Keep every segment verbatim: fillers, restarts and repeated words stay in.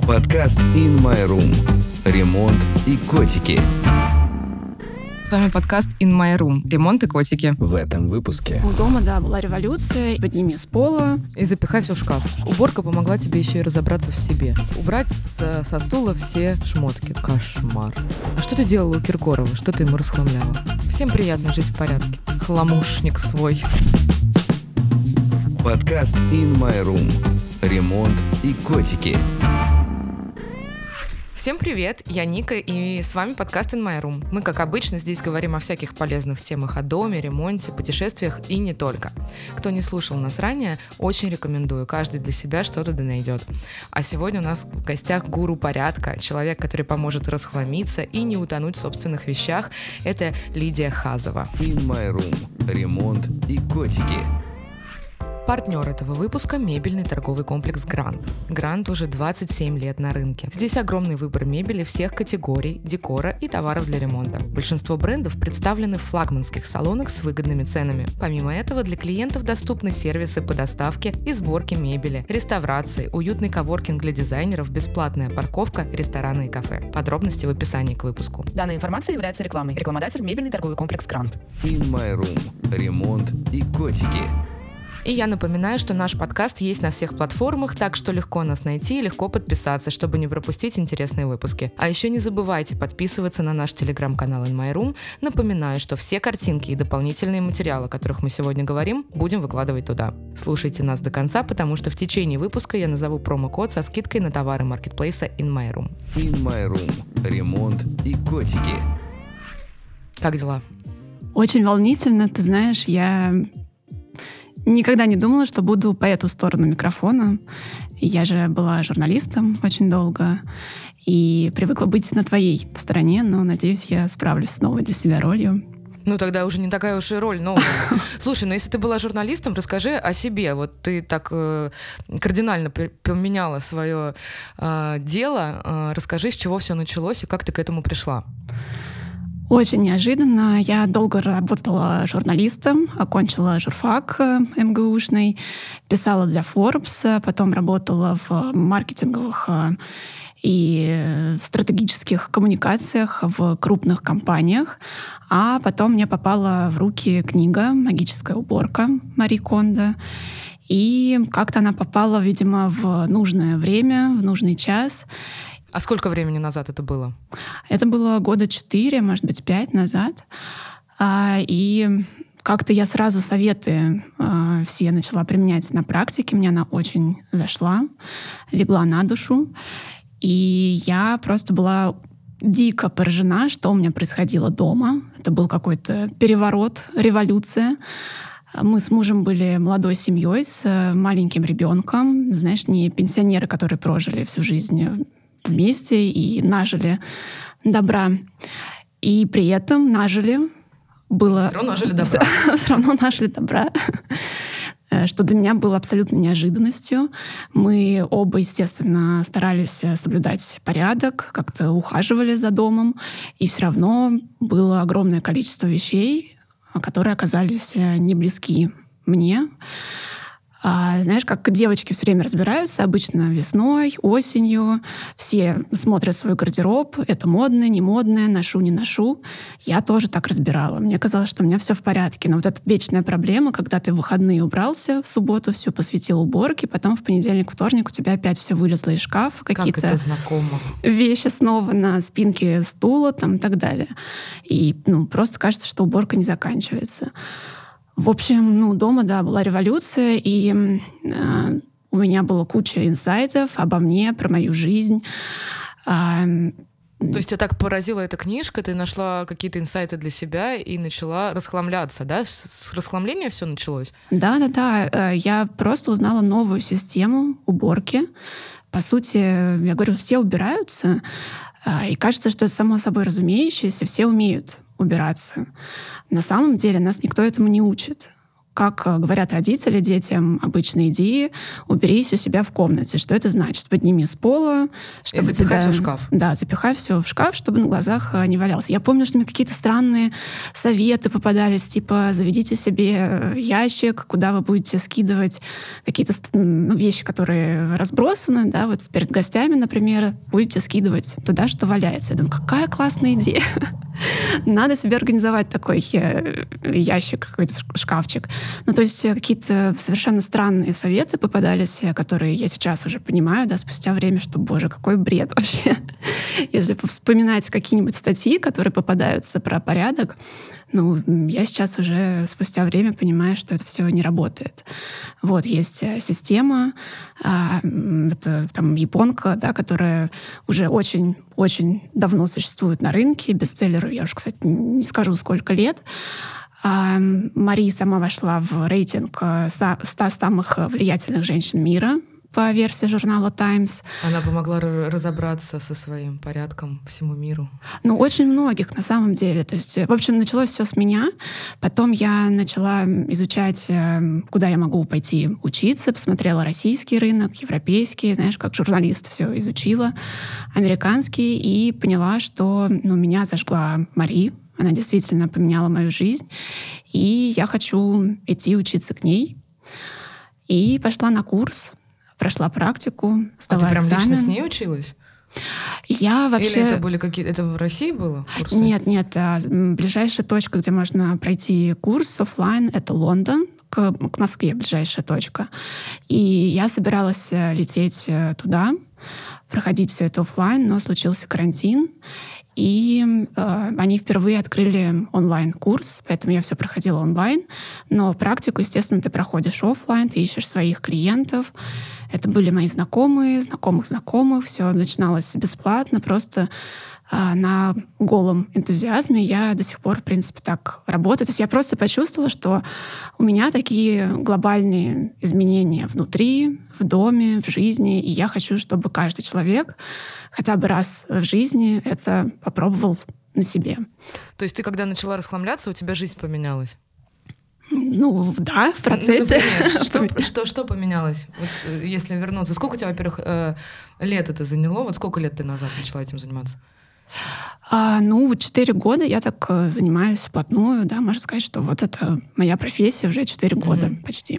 Подкаст In My Room. Ремонт и котики. С вами подкаст In My Room. Ремонт и котики. В этом выпуске. У дома, да, была революция. Подними с пола. И запихай все в шкаф. Уборка помогла тебе еще и разобраться в себе. Убрать с, со стула все шмотки. Кошмар. А что ты делала у Киркорова? Что ты ему расхламляла? Всем приятно жить в порядке. Хламушник свой. Подкаст In My Room. Ремонт и котики. Всем привет, я Ника, и с вами подкаст In My Room. Мы, как обычно, здесь говорим о всяких полезных темах о доме, ремонте, путешествиях и не только. Кто не слушал нас ранее, очень рекомендую, каждый для себя что-то да найдет. А сегодня у нас в гостях гуру порядка, человек, который поможет расхламиться и не утонуть в собственных вещах. Это Лидия Хазова. In My Room. Ремонт и котики. Партнер этого выпуска – мебельный торговый комплекс «Грант». «Грант» уже двадцать семь лет на рынке. Здесь огромный выбор мебели всех категорий, декора и товаров для ремонта. Большинство брендов представлены в флагманских салонах с выгодными ценами. Помимо этого, для клиентов доступны сервисы по доставке и сборке мебели, реставрации, уютный коворкинг для дизайнеров, бесплатная парковка, рестораны и кафе. Подробности в описании к выпуску. Данная информация является рекламой. Рекламодатель – мебельный торговый комплекс «Грант». In My Room. Ремонт и котики. И я напоминаю, что наш подкаст есть на всех платформах, так что легко нас найти и легко подписаться, чтобы не пропустить интересные выпуски. А еще не забывайте подписываться на наш телеграм-канал In My Room. Напоминаю, что все картинки и дополнительные материалы, о которых мы сегодня говорим, будем выкладывать туда. Слушайте нас до конца, потому что в течение выпуска я назову промокод со скидкой на товары маркетплейса In My Room. In My Room. Ремонт и котики. Как дела? Очень волнительно, ты знаешь, я никогда не думала, что буду по эту сторону микрофона. Я же была журналистом очень долго и привыкла быть на твоей стороне, но, надеюсь, я справлюсь с новой для себя ролью. Ну, тогда уже не такая уж и роль новая. Слушай, ну если ты была журналистом, расскажи о себе. Вот ты так э, кардинально поменяла свое э, дело. Э, расскажи, с чего все началось и как ты к этому пришла. Очень неожиданно. Я долго работала журналистом, окончила журфак эм гэ у-шный, писала для Forbes, потом работала в маркетинговых и стратегических коммуникациях в крупных компаниях. А потом мне попала в руки книга «Магическая уборка» Мари Кондо. И как-то она попала, видимо, в нужное время, в нужный час. А сколько времени назад это было? Это было года четыре, может быть, пять назад. И как-то я сразу советы все начала применять на практике. Мне она очень зашла, легла на душу. И я просто была дико поражена, что у меня происходило дома. Это был какой-то переворот, революция. Мы с мужем были молодой семьей с маленьким ребенком. Знаешь, не пенсионеры, которые прожили всю жизнь вместе и нажили добра. И при этом нажили было... Все равно нажили добра. Все равно нажили добра. Что для меня было абсолютно неожиданностью. Мы оба, естественно, старались соблюдать порядок, как-то ухаживали за домом. И все равно было огромное количество вещей, которые оказались не близки мне. А, знаешь, как девочки все время разбираются, обычно весной, осенью. Все смотрят свой гардероб. Это модное, не модное, ношу, не ношу. Я тоже так разбирала. Мне казалось, что у меня все в порядке. Но вот эта вечная проблема, когда ты в выходные убрался, в субботу все посвятил уборке, потом в понедельник, вторник у тебя опять все вылезло из шкафа. Какие-то как это знакомо. Вещи снова на спинке стула там, и так далее. И ну, просто кажется, что уборка не заканчивается. В общем, ну, дома, да, была революция, и э, у меня была куча инсайтов обо мне, про мою жизнь. А, То есть тебя так поразила эта книжка, ты нашла какие-то инсайты для себя и начала расхламляться, да? С расхламления все началось? Да-да-да, я просто узнала новую систему уборки. По сути, я говорю, все убираются, и кажется, что это само собой разумеющееся, все умеют убираться. На самом деле нас никто этому не учит. как говорят родители детям, обычно иди, уберись у себя в комнате. Что это значит? Подними с пола, чтобы и запихай тебя... все в шкаф. Да, запихай все в шкаф, чтобы на глазах не валялся. Я помню, что мне какие-то странные советы попадались, типа заведите себе ящик, куда вы будете скидывать какие-то ну, вещи, которые разбросаны, да, вот перед гостями, например, будете скидывать туда, что валяется. Я думаю, какая классная идея. Надо себе организовать такой ящик, какой-то шкафчик. Ну, то есть какие-то совершенно странные советы попадались, которые я сейчас уже понимаю, да, спустя время, что, боже, какой бред вообще. Если вспоминать какие-нибудь статьи, которые попадаются про порядок, ну, я сейчас уже спустя время понимаю, что это все не работает. Вот, есть система, это там японка, да, которая уже очень-очень давно существует на рынке, бестселлеру, я уж, кстати, не скажу, сколько лет. Мари сама вошла в рейтинг ста самых влиятельных женщин мира по версии журнала «Таймс». Она помогла разобраться со своим порядком всему миру. Ну, очень многих, на самом деле. То есть, в общем, началось все с меня. Потом я начала изучать, куда я могу пойти учиться. Посмотрела российский рынок, европейский, знаешь, как журналист все изучила, американский, и поняла, что ну, меня зажгла Мари. Она действительно поменяла мою жизнь. И я хочу идти учиться к ней. И пошла на курс, прошла практику, сдала А ты прям экзамен. лично с ней училась? Я вообще... Или это были какие-то... Это в России было курсы? Нет, нет. Ближайшая точка, где можно пройти курс офлайн, это Лондон. К, к Москве ближайшая точка. И я собиралась лететь туда, проходить все это офлайн, но случился карантин. И э, они впервые открыли онлайн-курс, поэтому я все проходила онлайн. Но практику, естественно, ты проходишь офлайн, ты ищешь своих клиентов. Это были мои знакомые, знакомых знакомых. Все начиналось бесплатно, просто э, на голом энтузиазме. Я до сих пор, в принципе, так работаю. То есть я просто почувствовала, что у меня такие глобальные изменения внутри, в доме, в жизни. И я хочу, чтобы каждый человек хотя бы раз в жизни это попробовал на себе. То есть ты, когда начала расхламляться, у тебя жизнь поменялась? Ну, да, в процессе. Ну, например, что, что, что поменялось, вот, если вернуться? Сколько у тебя, во-первых, э, лет это заняло? Вот сколько лет ты назад начала этим заниматься? А, ну, четыре года я так занимаюсь вплотную, да, можно сказать, что вот это моя профессия уже четыре года mm-hmm. почти.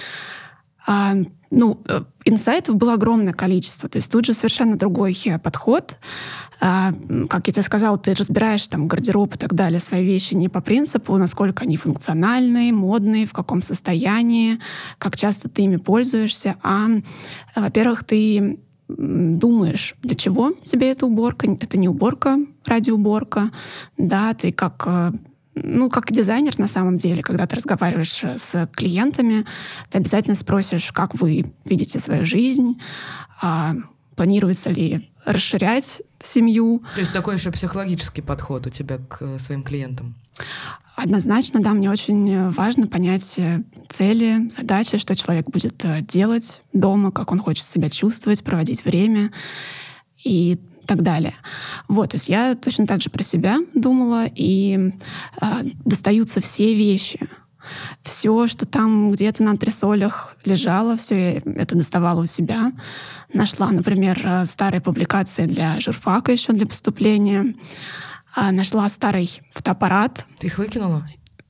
А, ну, инсайтов было огромное количество. То есть тут же совершенно другой подход. А, как я тебе сказала, ты разбираешь там гардероб и так далее, свои вещи не по принципу, насколько они функциональные, модные, в каком состоянии, как часто ты ими пользуешься. А, во-первых, ты думаешь, для чего тебе эта уборка. Это не уборка ради уборка. Да, ты как... Ну, как дизайнер, на самом деле, когда ты разговариваешь с клиентами, ты обязательно спросишь, как вы видите свою жизнь, а планируется ли расширять семью. То есть такой еще психологический подход у тебя к своим клиентам? Однозначно, да, мне очень важно понять цели, задачи, что человек будет делать дома, как он хочет себя чувствовать, проводить время и так далее. Вот, то есть я точно так же про себя думала, и э, достаются все вещи. Все, что там где-то на антресолях лежало, все я это доставала у себя. Нашла, например, старые публикации для журфака еще для поступления. А, нашла старый фотоаппарат. Ты их выкинула?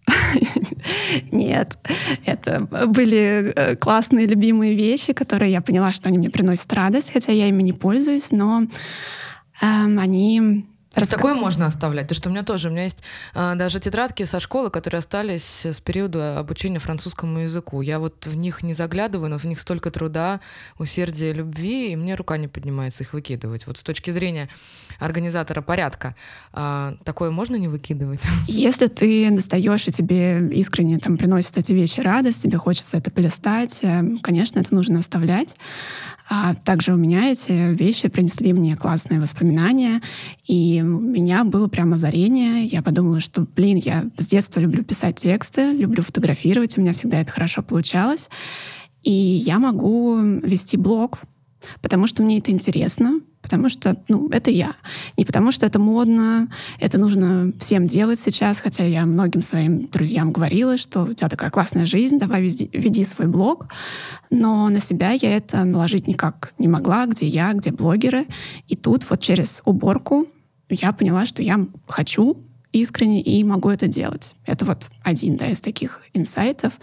Нет, это были классные, любимые вещи, которые я поняла, что они мне приносят радость, хотя я ими не пользуюсь, но эм, они... То есть такое можно оставлять? Потому что у меня тоже, у меня есть а, даже тетрадки со школы, которые остались с периода обучения французскому языку. Я вот в них не заглядываю, но в них столько труда, усердия, любви, и мне рука не поднимается их выкидывать. Вот с точки зрения организатора порядка, а, такое можно не выкидывать? Если ты достаешь, и тебе искренне там приносят эти вещи радость, тебе хочется это полистать, конечно, это нужно оставлять. А также у меня эти вещи принесли мне классные воспоминания, и у меня было прямо озарение. Я подумала, что, блин, я с детства люблю писать тексты, люблю фотографировать, у меня всегда это хорошо получалось. И я могу вести блог, потому что мне это интересно, потому что, ну, это я. Не потому что это модно, это нужно всем делать сейчас, хотя я многим своим друзьям говорила, что у тебя такая классная жизнь, давай веди, веди свой блог. Но на себя я это наложить никак не могла, где я, где блогеры. И тут вот через уборку я поняла, что я хочу искренне и могу это делать. Это вот один, да, из таких инсайтов.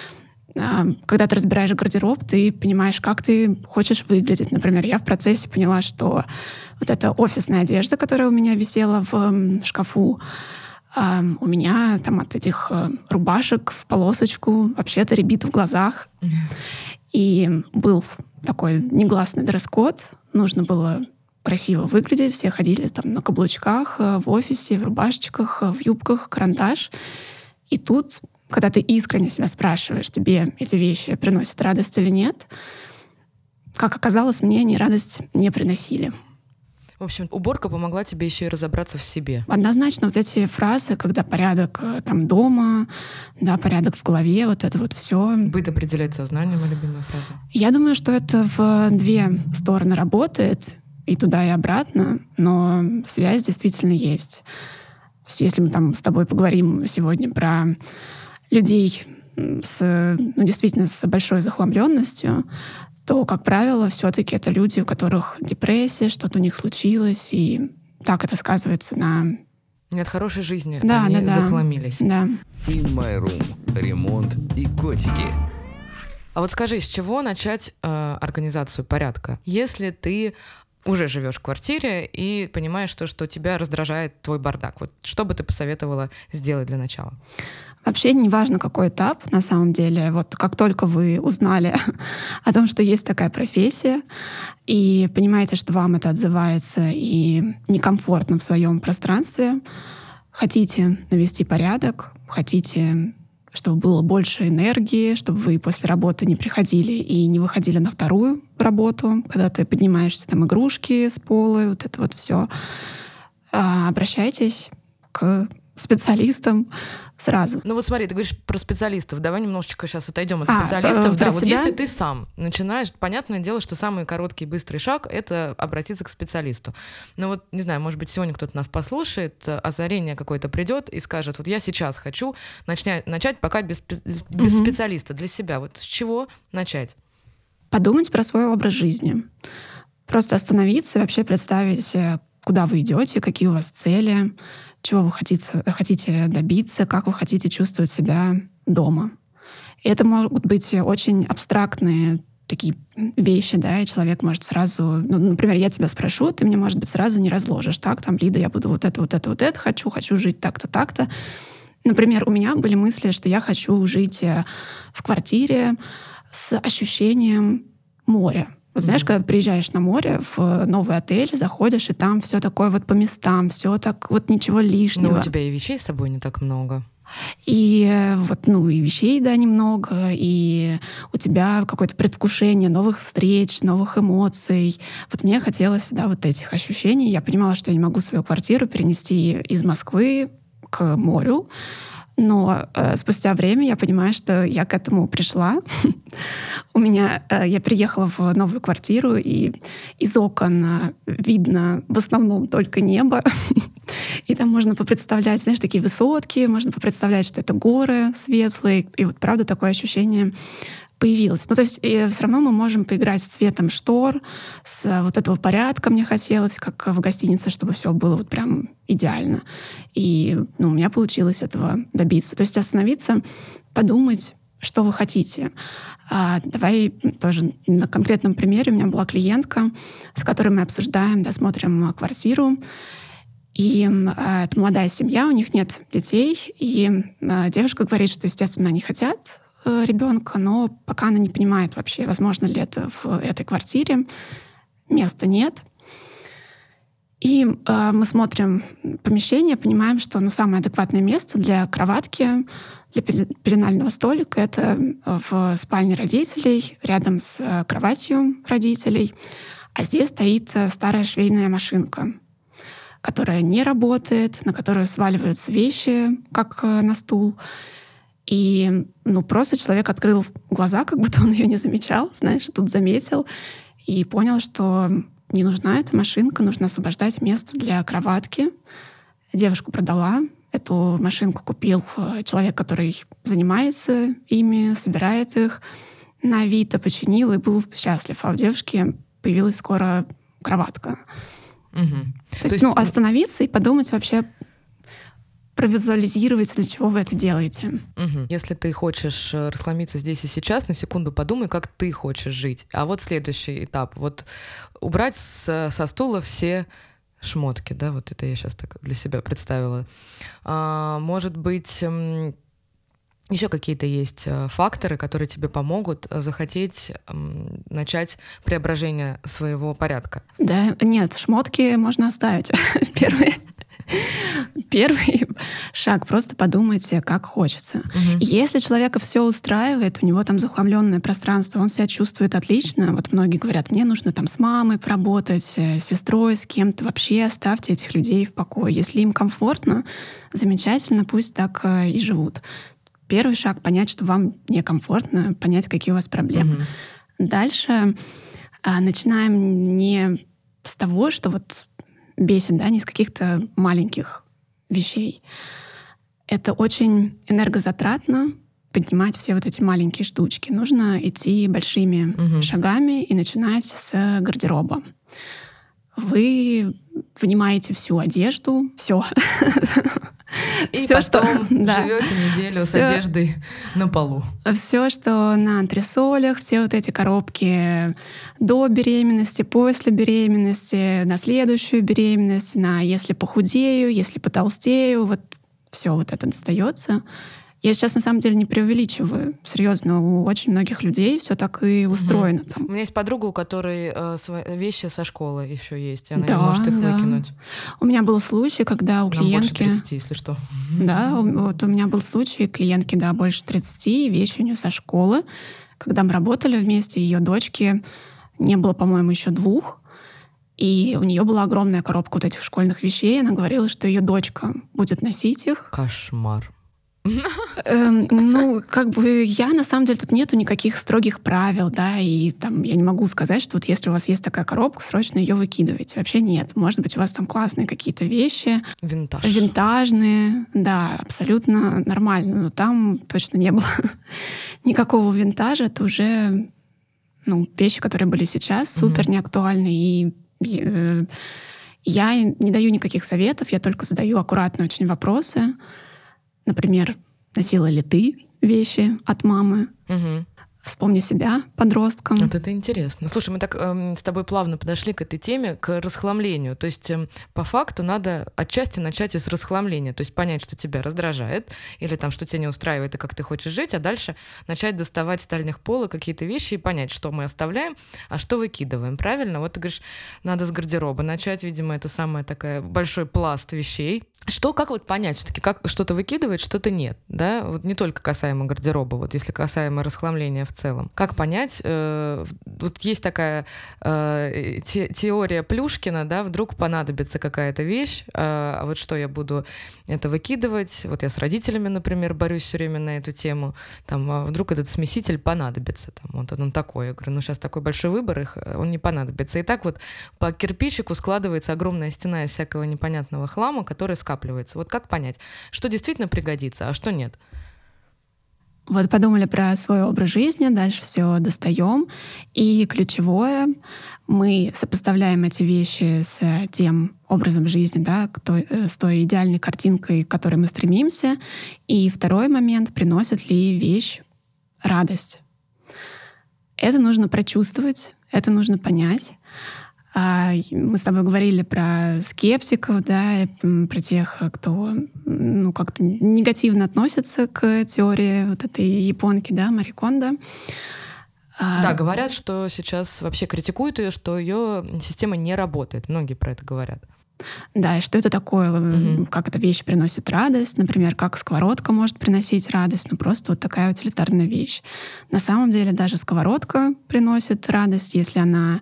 Когда ты разбираешь гардероб, ты понимаешь, как ты хочешь выглядеть. Например, я в процессе поняла, что вот эта офисная одежда, которая у меня висела в шкафу, у меня там от этих рубашек в полосочку вообще-то рябит в глазах. Mm-hmm. И был такой негласный дресс-код. Нужно было красиво выглядеть. Все ходили там на каблучках, в офисе, в рубашечках, в юбках, карандаш. И тут, когда ты искренне себя спрашиваешь, тебе эти вещи приносят радость или нет, как оказалось, мне они радость не приносили. В общем, уборка помогла тебе еще и разобраться в себе. Однозначно вот эти фразы, когда порядок там дома, да, порядок в голове, вот это вот все. Быт определяет сознание, моя любимая фраза. Я думаю, что это в две стороны работает, и туда, и обратно, но связь действительно есть. То есть если мы там с тобой поговорим сегодня про людей с, ну, действительно с большой захламленностью, то, как правило, все-таки это люди, у которых депрессия, что-то у них случилось, и так это сказывается на... Нет хорошей жизни, да, они да, да. захламились. Да. In My Room. Ремонт и котики. А вот скажи, с чего начать э, организацию порядка? Если ты уже живешь в квартире и понимаешь, то, что тебя раздражает твой бардак, вот что бы ты посоветовала сделать для начала? Вообще не важно, какой этап на самом деле. Вот как только вы узнали о том, что есть такая профессия, и понимаете, что вам это отзывается и некомфортно в своем пространстве, хотите навести порядок, хотите, чтобы было больше энергии, чтобы вы после работы не приходили и не выходили на вторую работу, когда ты поднимаешься, там игрушки с пола, вот это вот все, обращайтесь к специалистам сразу. Ну вот смотри, ты говоришь про специалистов. Давай немножечко сейчас отойдем от а, специалистов. Да, себя? вот если ты сам начинаешь, понятное дело, что самый короткий и быстрый шаг — это обратиться к специалисту. Но вот, не знаю, может быть, сегодня кто-то нас послушает, озарение какое-то придет и скажет, вот я сейчас хочу начать, начать пока без, без угу. специалиста для себя. Вот с чего начать? Подумать про свой образ жизни. Просто остановиться и вообще представить, куда вы идете, какие у вас цели, чего вы хотите, хотите добиться, как вы хотите чувствовать себя дома. И это могут быть очень абстрактные такие вещи, да, и человек может сразу... Ну, например, я тебя спрошу, ты мне, может быть, сразу не разложишь. Так, там, Лида, я буду вот это, вот это, вот это хочу, хочу жить так-то, так-то. Например, у меня были мысли, что я хочу жить в квартире с ощущением моря. Вот знаешь, mm-hmm. когда ты приезжаешь на море, в новый отель, заходишь, и там все такое вот по местам, все так вот ничего лишнего. Но у тебя и вещей с собой не так много. И вот, ну, и вещей, да, немного, и у тебя какое-то предвкушение новых встреч, новых эмоций. Вот мне хотелось, да, вот этих ощущений. Я понимала, что я не могу свою квартиру перенести из Москвы к морю. Но э, спустя время я понимаю, что я к этому пришла. У меня э, я приехала в новую квартиру, и из окон видно в основном только небо. И там можно попредставлять, знаешь, такие высотки, можно попредставлять, что это горы светлые. И вот правда такое ощущение появилось. Ну, то есть и все равно мы можем поиграть с цветом штор, с вот этого порядка мне хотелось, как в гостинице, чтобы все было вот прям идеально. И ну, у меня получилось этого добиться. То есть остановиться, подумать, что вы хотите. А, давай тоже на конкретном примере. У меня была клиентка, с которой мы обсуждаем, да, смотрим квартиру. И а, это молодая семья, у них нет детей. И а, девушка говорит, что, естественно, они хотят ребенка, но пока она не понимает вообще, возможно ли это в этой квартире. Места нет. И э, мы смотрим помещение, понимаем, что ну, самое адекватное место для кроватки, для пеленального столика — это в спальне родителей, рядом с э, кроватью родителей. А здесь стоит старая швейная машинка, которая не работает, на которую сваливаются вещи, как э, на стул. И ну, просто человек открыл глаза, как будто он ее не замечал, знаешь, тут заметил и понял, что не нужна эта машинка, нужно освобождать место для кроватки. Девушку продала. Эту машинку купил человек, который занимается ими, собирает их. На Авито починил и был счастлив. А у девушки появилась скоро кроватка. Угу. То, То есть, есть, ну, остановиться и подумать вообще, провизуализировать, для чего вы это делаете. Угу. Если ты хочешь расхламиться здесь и сейчас, на секунду подумай, как ты хочешь жить. А вот следующий этап. Вот убрать с, со стула все шмотки, да, вот это я сейчас так для себя представила. А, может быть, еще какие-то есть факторы, которые тебе помогут захотеть начать преображение своего порядка? Да, нет, шмотки можно оставить. Первый, первый шаг — просто подумайте, как хочется. Угу. Если человека все устраивает, у него там захламленное пространство, он себя чувствует отлично. Вот многие говорят, мне нужно там с мамой поработать, с сестрой, с кем-то. Вообще оставьте этих людей в покое. Если им комфортно, замечательно, пусть так и живут. Первый шаг — понять, что вам некомфортно, понять, какие у вас проблемы. Угу. Дальше а, начинаем не с того, что вот бесит, да, не с каких-то маленьких вещей. Это очень энергозатратно поднимать все вот эти маленькие штучки. Нужно идти большими угу. шагами и начинать с гардероба. Вы вынимаете всю одежду, все. И всё, потом что, да, живете неделю всё, с одеждой на полу. Все, что на антресолях, все вот эти коробки до беременности, после беременности, на следующую беременность, на если похудею, если потолстею, вот все вот это достается. Я сейчас на самом деле не преувеличиваю. Серьезно, у очень многих людей все так и устроено. Угу. Там. У меня есть подруга, у которой э, свои вещи со школы еще есть, и она да, не может их да. выкинуть. У меня был случай, когда у Нам клиентки... больше тридцати, если что. Да, вот у меня был случай, клиентки, да, больше тридцати, вещи у нее со школы. Когда мы работали вместе, ее дочки не было, по-моему, еще двух, и у нее была огромная коробка вот этих школьных вещей. Она говорила, что ее дочка будет носить их. Кошмар. Эм, ну, как бы я, на самом деле, тут нету никаких строгих правил, да, и там я не могу сказать, что вот если у вас есть такая коробка, срочно ее выкидывайте. Вообще нет. Может быть, у вас там классные какие-то вещи. Винтаж. Винтажные, да, абсолютно нормально. Но там точно не было никакого винтажа. Это уже, ну, вещи, которые были сейчас, супер неактуальны. И э, я не даю никаких советов, я только задаю аккуратные очень вопросы. Например, носила ли ты вещи от мамы? Угу. Вспомни себя подростком. Вот это интересно. Слушай, мы так э, с тобой плавно подошли к этой теме, к расхламлению. То есть э, по факту надо отчасти начать из расхламления. То есть понять, что тебя раздражает, или там, что тебя не устраивает и как ты хочешь жить, а дальше начать доставать с дальних полок какие-то вещи и понять, что мы оставляем, а что выкидываем. Правильно? Вот ты говоришь, надо с гардероба начать. Видимо, это самый такой большой пласт вещей. Что, как вот понять все-таки, как что-то выкидывать, что-то нет, да? Вот не только касаемо гардероба, вот если касаемо расхламления в целом. Как понять, э, вот есть такая э, те, теория Плюшкина, да, вдруг понадобится какая-то вещь, э, а вот что я буду это выкидывать, вот я с родителями, например, борюсь все время на эту тему, там, а вдруг этот смеситель понадобится, там, вот он такой, я говорю, ну сейчас такой большой выбор, их, он не понадобится. И так вот по кирпичику складывается огромная стена из всякого непонятного хлама, который складывается. Вот как понять, что действительно пригодится, а что нет? Вот подумали про свой образ жизни, дальше все достаем. И ключевое, мы сопоставляем эти вещи с тем образом жизни, да, с той идеальной картинкой, к которой мы стремимся. И второй момент, приносит ли вещь радость. Это нужно прочувствовать, это нужно понять. Мы с тобой говорили про скептиков, да, про тех, кто, ну, как-то негативно относится к теории вот этой японки, да, Мари Кондо. Да, говорят, что сейчас вообще критикуют ее, что ее система не работает. Многие про это говорят. Да, и что это такое, mm-hmm. как эта вещь приносит радость, например, как сковородка может приносить радость, ну просто вот такая утилитарная вещь. На самом деле даже сковородка приносит радость, если она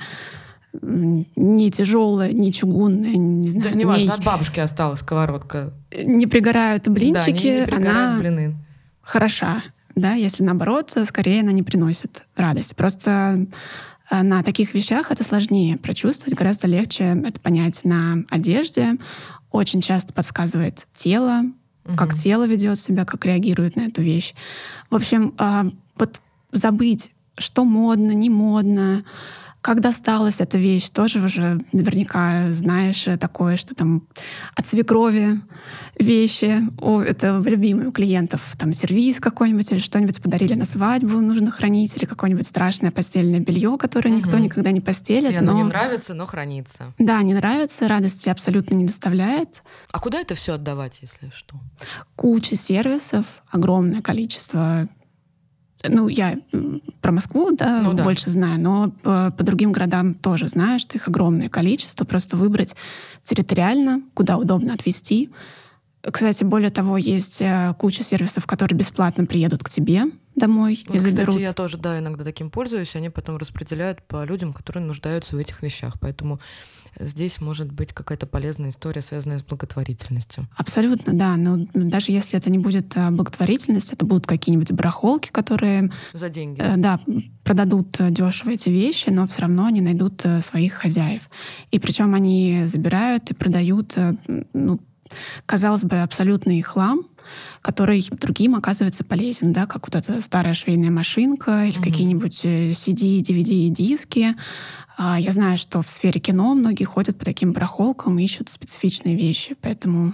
не тяжелая, не чугунная, не знаю. Да, неважно, от бабушки осталась сковородка. Не пригорают блинчики, да, не, не пригорают она блины. Хороша, да, если наоборот, скорее она не приносит радость. Просто На таких вещах это сложнее прочувствовать, гораздо легче это понять на одежде. Очень часто подсказывает тело, угу. как тело ведет себя, как реагирует на эту вещь. В общем, вот забыть, что модно, не модно, как досталась эта вещь, тоже уже наверняка знаешь такое, что там от свекрови вещи, о, это любимые у клиентов, там сервиз какой-нибудь или что-нибудь подарили на свадьбу, нужно хранить, или какое-нибудь страшное постельное белье, которое угу. никто никогда не постелит. И оно но... не нравится, но хранится. Да, не нравится, радости абсолютно не доставляет. А куда это все отдавать, если что? Куча сервисов, огромное количество. Ну, я про Москву, да, ну, да. больше знаю, но по, по другим городам тоже знаю, что их огромное количество. Просто выбрать территориально, куда удобно отвезти. Кстати, более того, есть куча сервисов, которые бесплатно приедут к тебе домой вот, и заберут. Кстати, я тоже, да, иногда таким пользуюсь, они потом распределяют по людям, которые нуждаются в этих вещах. Поэтому здесь может быть какая-то полезная история, связанная с благотворительностью. Абсолютно, да. Но даже если это не будет благотворительность, это будут какие-нибудь барахолки, которые за деньги. Да, продадут дешево эти вещи, но все равно они найдут своих хозяев. И причем они забирают и продают, ну, казалось бы, абсолютный хлам, который другим оказывается полезен, да, как вот эта старая швейная машинка или mm-hmm. какие-нибудь си ди, ди ви ди-диски. Я знаю, что в сфере кино многие ходят по таким барахолкам и ищут специфичные вещи, поэтому...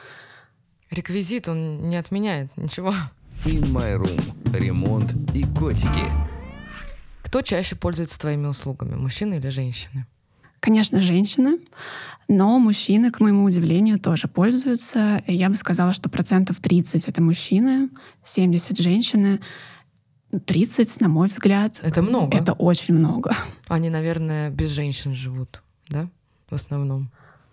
Реквизит, он не отменяет ничего. In My Room. Ремонт и котики. Кто чаще пользуется твоими услугами, мужчины или женщины? Конечно, женщины, но мужчины, к моему удивлению, тоже пользуются. Я бы сказала, что процентов тридцать — это мужчины, семьдесят — женщины. тридцать, на мой взгляд, это много. Это очень много. Они, наверное, без женщин живут, да, в основном?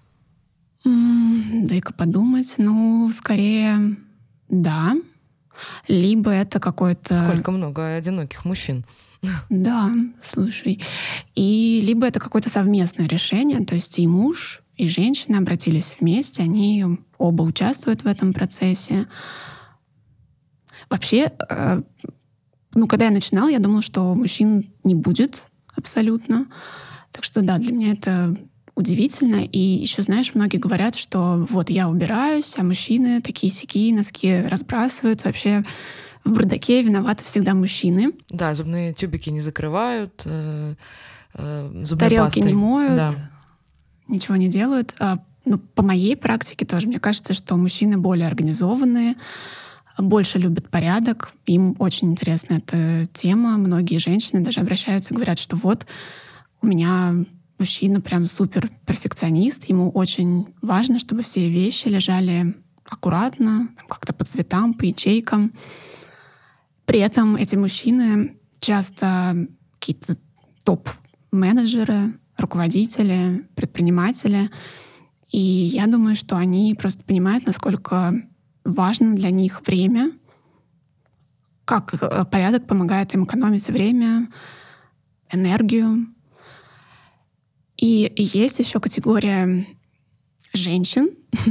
М-м, дай-ка подумать. Ну, скорее, да. Либо это какой-то... Сколько много одиноких мужчин. Да, слушай. И либо это какое-то совместное решение, то есть и муж, и женщина обратились вместе, они оба участвуют в этом процессе. Вообще, э, ну, когда я начинала, я думала, что мужчин не будет абсолютно. Так что да, для меня это удивительно. И еще, знаешь, многие говорят, что вот я убираюсь, а мужчины такие-сякие, носки разбрасывают. Вообще в бардаке виноваты всегда мужчины. Да, зубные тюбики не закрывают, э, э, зубной тарелки пастой. не моют, да. ничего не делают. А, ну, по моей практике тоже, мне кажется, что мужчины более организованные, больше любят порядок. Им очень интересна эта тема. Многие женщины даже обращаются и говорят, что вот у меня мужчина прям супер перфекционист, ему очень важно, чтобы все вещи лежали аккуратно, как-то по цветам, по ячейкам. При этом эти мужчины часто какие-то топ-менеджеры, руководители, предприниматели. И я думаю, что они просто понимают, насколько важно для них время, как порядок помогает им экономить время, энергию. И есть еще категория женщин,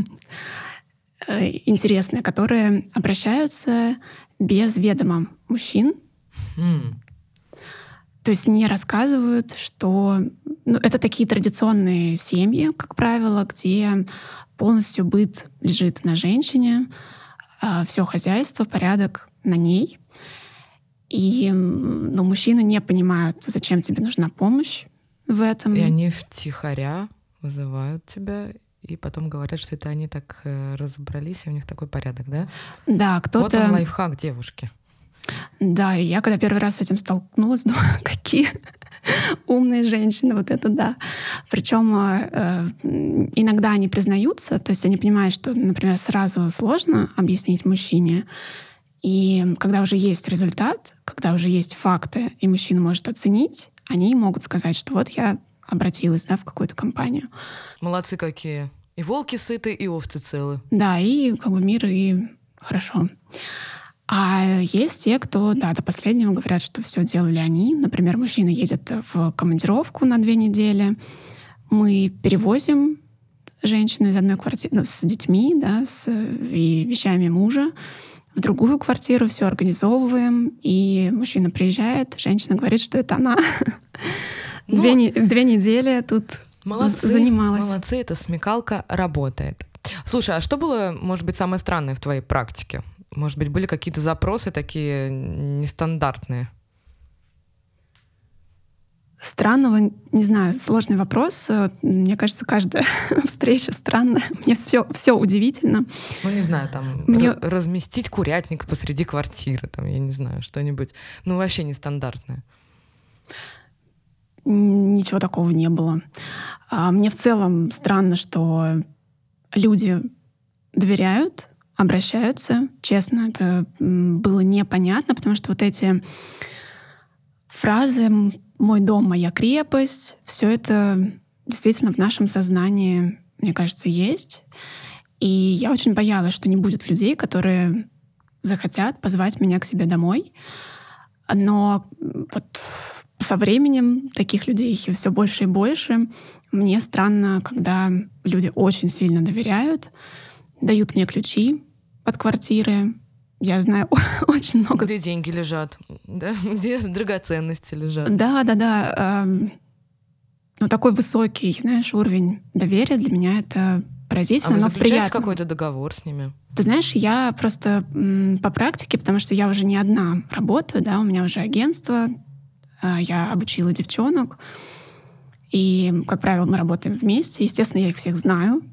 интересные, которые обращаются без ведома мужчин. Mm. То есть не рассказывают, что... Ну, это такие традиционные семьи, как правило, где полностью быт лежит на женщине, все хозяйство, порядок на ней. И ну, мужчины не понимают, зачем тебе нужна помощь в этом. И они втихаря вызывают тебя, и потом говорят, что это они так э, разобрались, и у них такой порядок, да? Да, кто-то... Вот он лайфхак девушки. Да, и я когда первый раз с этим столкнулась, думаю, какие умные женщины, вот это да. Причем э, иногда они признаются, то есть они понимают, что, например, сразу сложно объяснить мужчине, и когда уже есть результат, когда уже есть факты, и мужчина может оценить, они могут сказать, что вот я обратилась, да, в какую-то компанию. Молодцы какие. И волки сыты, и овцы целы. Да, и как бы мир, и хорошо. А есть те, кто, да, до последнего говорят, что все делали они. Например, мужчина едет в командировку на две недели. Мы перевозим женщину из одной квартиры, ну, с детьми, да, с и вещами мужа в другую квартиру, все организовываем, и мужчина приезжает, женщина говорит, что это она. Ну, Две, не- две недели тут молодцы, з- занималась. молодцы, эта смекалка работает. Слушай, а что было, может быть, самое странное в твоей практике? Может быть, были какие-то запросы такие нестандартные? Странного, не знаю, сложный вопрос. Мне кажется, каждая встреча странная. Мне все, все удивительно. Ну, не знаю, там, Мне- р- разместить курятник посреди квартиры, там, я не знаю, что-нибудь, ну, вообще нестандартное. Ничего такого не было. А Мне в целом странно, что люди доверяют, обращаются. Честно, это м, было непонятно, потому что вот эти фразы м, «мой дом, моя крепость», все это действительно в нашем сознании, мне кажется, есть. И я очень боялась, что не будет людей, которые захотят позвать меня к себе домой. Но м, вот со временем таких людей все больше и больше. Мне странно, когда люди очень сильно доверяют, дают мне ключи от квартиры. Я знаю очень много. Где деньги лежат, да? Где драгоценности лежат. Да, да, да. эм, Ну, такой высокий, знаешь, уровень доверия для меня это А поразительно, вы но заключаете приятно. какой-то договор с ними? Ты знаешь, я просто м, по практике, потому что я уже не одна работаю, да, у меня уже агентство, а, я обучила девчонок, и, как правило, мы работаем вместе. Естественно, я их всех знаю,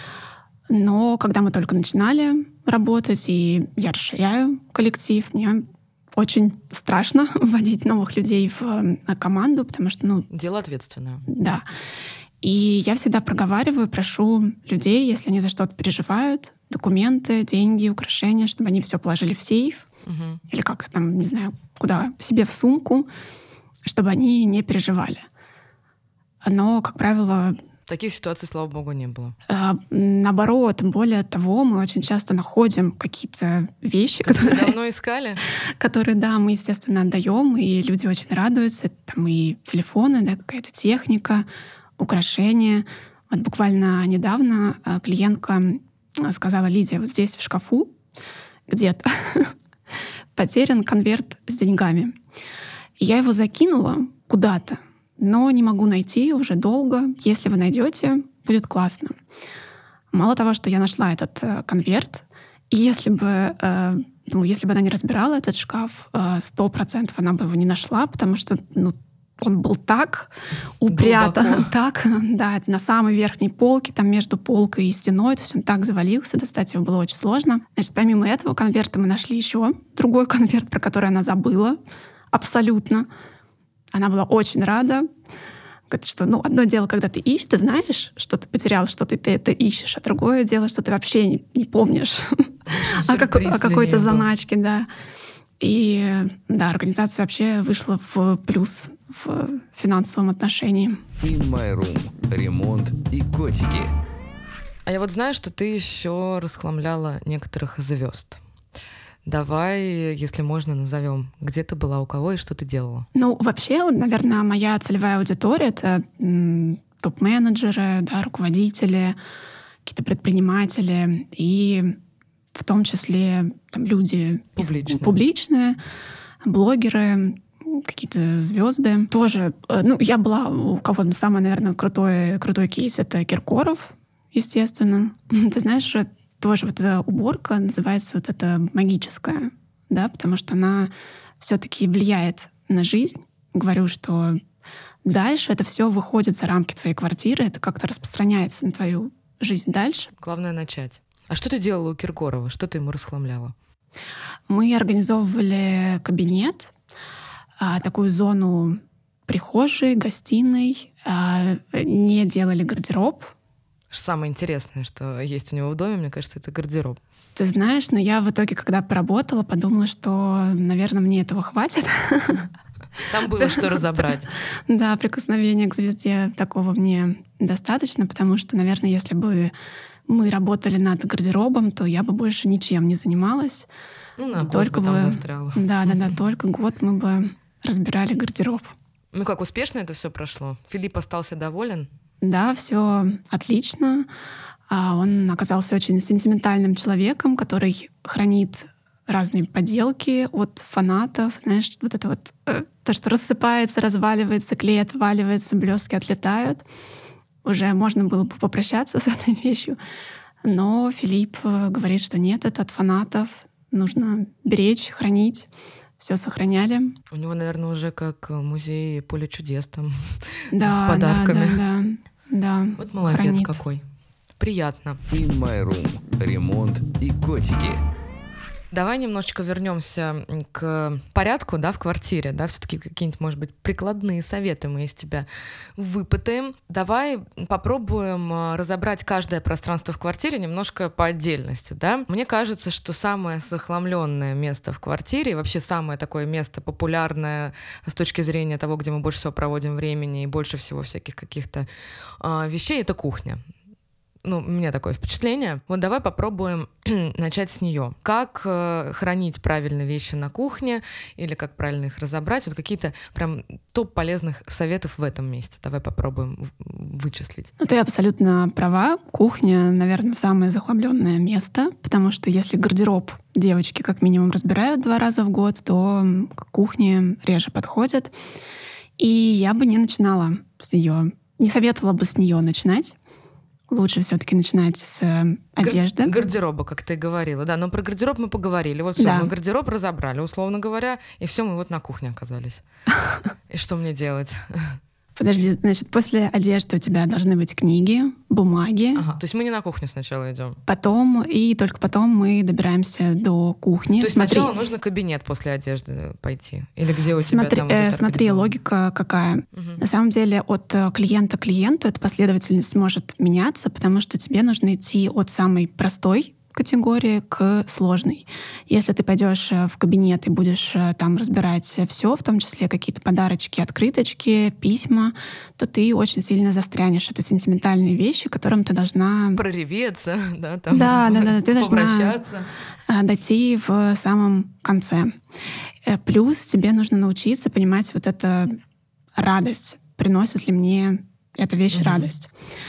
но когда мы только начинали работать, и я расширяю коллектив, мне очень страшно вводить новых людей в э, команду, потому что, ну, Дело ответственное. да. И я всегда проговариваю, прошу людей, если они за что-то переживают, документы, деньги, украшения, чтобы они все положили в сейф Мгм. или как-то там, не знаю, куда, себе в сумку, чтобы они не переживали. Но, как правило, Таких ситуаций, слава богу, не было. э, наоборот, более того, мы очень часто находим какие-то вещи, Вы которые, давно искали? которые, да, мы, естественно, отдаем, и люди очень радуются. Это там и телефоны, да, какая-то техника, украшения. Вот буквально недавно э, клиентка э, сказала: Лидия, вот здесь в шкафу где-то потерян конверт с деньгами. И я его закинула куда-то, но не могу найти уже долго. Если вы найдете, будет классно. Мало того, что я нашла этот э, конверт, и если бы, э, ну, если бы она не разбирала этот шкаф, сто процентов она бы его не нашла, потому что, ну, он был так упрятан, Глубоко. так, да, на самой верхней полке, там между полкой и стеной, то есть он так завалился, достать его было очень сложно. Значит, помимо этого конверта мы нашли еще другой конверт, про который она забыла абсолютно. Она была очень рада. Говорит, что, ну, одно дело, когда ты ищешь, ты знаешь, что ты потерял, что ты, ты это ищешь, а другое дело, что ты вообще не, не помнишь о, как- Сюрприз о для какой-то неё был. заначке, да. И да, организация вообще вышла в плюс в финансовом отношении. In My Room. Ремонт и котики. А я вот знаю, что ты еще расхламляла некоторых звезд. Давай, если можно, назовем, где ты была, у кого и что ты делала. Ну, вообще, вот, наверное, моя целевая аудитория — это м, топ-менеджеры, да, руководители, какие-то предприниматели и в том числе там, люди из- Публичные. публичные, блогеры, какие-то звезды. Тоже, э, ну, я была у кого, ну, самый, наверное, крутой, крутой кейс — это Киркоров, естественно. Ты знаешь, тоже вот эта уборка называется вот эта магическая, да, потому что она все-таки влияет на жизнь. Говорю, что дальше это все выходит за рамки твоей квартиры, это как-то распространяется на твою жизнь дальше. Главное начать. А что ты делала у Киркорова? Что ты ему расхламляла? Мы организовывали кабинет, а, такую зону прихожей, гостиной, а, не делали гардероб. Самое интересное, что есть у него в доме, мне кажется, это гардероб. Ты знаешь, но я в итоге, когда поработала, подумала, что, наверное, мне этого хватит. Там было что разобрать. Да, прикосновения к звезде такого мне достаточно, потому что, наверное, если бы мы работали над гардеробом, то я бы больше ничем не занималась. Ну, на год Только бы там бы- застряла. Да, да, да, только год мы бы разбирали гардероб. Ну как, успешно это все прошло? Филипп остался доволен? Да, все отлично. А Он оказался очень сентиментальным человеком, который хранит разные поделки от фанатов, знаешь, вот это вот э, то, что рассыпается, разваливается, клей отваливается, блестки отлетают. Уже можно было бы попрощаться с этой вещью. Но Филипп э, говорит, что нет, это от фанатов. Нужно беречь, хранить. Все сохраняли. У него, наверное, уже как музей «Поле чудес» там Да, с подарками. Да, да, да, да. Вот молодец Хранит. какой. Приятно. In My Room. Ремонт и котики. Давай немножечко вернемся к порядку, да, в квартире, да, все-таки какие-нибудь, может быть, прикладные советы мы из тебя выпытаем. Давай попробуем разобрать каждое пространство в квартире немножко по отдельности, да. Мне кажется, что самое захламленное место в квартире, вообще самое такое место популярное с точки зрения того, где мы больше всего проводим времени и больше всего всяких каких-то э, вещей, это кухня. Ну, у меня такое впечатление. Вот давай попробуем начать с нее. Как э, хранить правильно вещи на кухне или как правильно их разобрать? Вот какие-то прям топ полезных советов в этом месте. Давай попробуем вычислить. Ну, ты абсолютно права. Кухня, наверное, самое захламленное место, потому что если гардероб девочки как минимум разбирают два раза в год, то к кухне реже подходят. И я бы не начинала с нее, не советовала бы с нее начинать. Лучше все-таки начинать с э, одежды. Гардероба, как ты говорила, да. Но про гардероб мы поговорили. Вот все, да. мы гардероб разобрали, условно говоря, и все, мы вот на кухне оказались. И что мне делать? Подожди, значит, после одежды у тебя должны быть книги, бумаги. Ага, то есть мы не на кухню сначала идем. Потом, и только потом мы добираемся до кухни. То есть смотри. сначала нужно кабинет после одежды пойти? Или где у тебя смотри, там вот э, это Смотри, логика какая. Угу. На самом деле от клиента к клиенту эта последовательность может меняться, потому что тебе нужно идти от самой простой категории к сложной. Если ты пойдешь в кабинет и будешь там разбирать все, в том числе какие-то подарочки, открыточки, письма, то ты очень сильно застрянешь. Это сентиментальные вещи, к которым ты должна... Прореветься, да, там, да, да, да, ты попрощаться. Должна дойти в самом конце. Плюс тебе нужно научиться понимать вот эту радость. Приносит ли мне эта вещь mm-hmm. радость?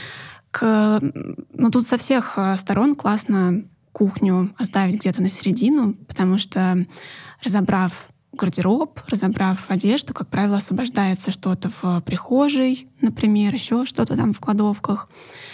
К... Ну, тут со всех сторон классно кухню оставить где-то на середину, потому что, разобрав гардероб, разобрав одежду, как правило, освобождается что-то в прихожей, например, еще что-то там в кладовках.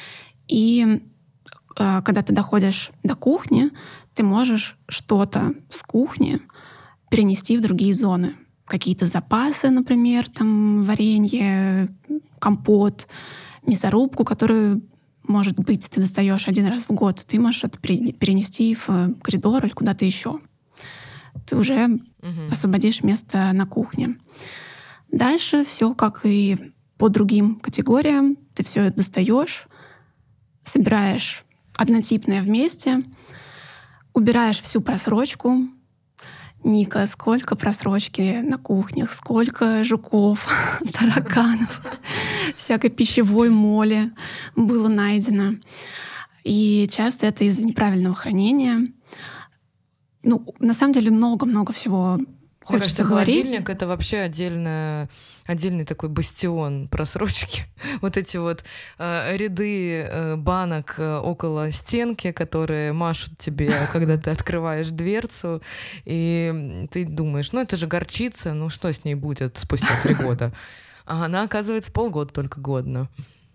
И э, когда ты доходишь до кухни, ты можешь что-то с кухни перенести в другие зоны. Какие-то запасы, например, там варенье, компот, мясорубку, которую, может быть, ты достаешь один раз в год, ты можешь это перенести в коридор или куда-то еще. Ты уже угу. освободишь место на кухне. Дальше все как и по другим категориям. Ты все это достаешь, собираешь однотипное вместе, убираешь всю просрочку. Ника, сколько просрочки на кухнях, сколько жуков, тараканов, всякой пищевой моли было найдено. И часто это из-за неправильного хранения. Ну, на самом деле много-много всего Мне хочется кажется, говорить. Холодильник — это вообще отдельная, отдельный такой бастион просрочки. Вот эти вот э, ряды э, банок э, около стенки, которые машут тебе, когда ты открываешь дверцу, и ты думаешь, ну это же горчица, ну что с ней будет спустя три года? А она, оказывается, полгода только годна.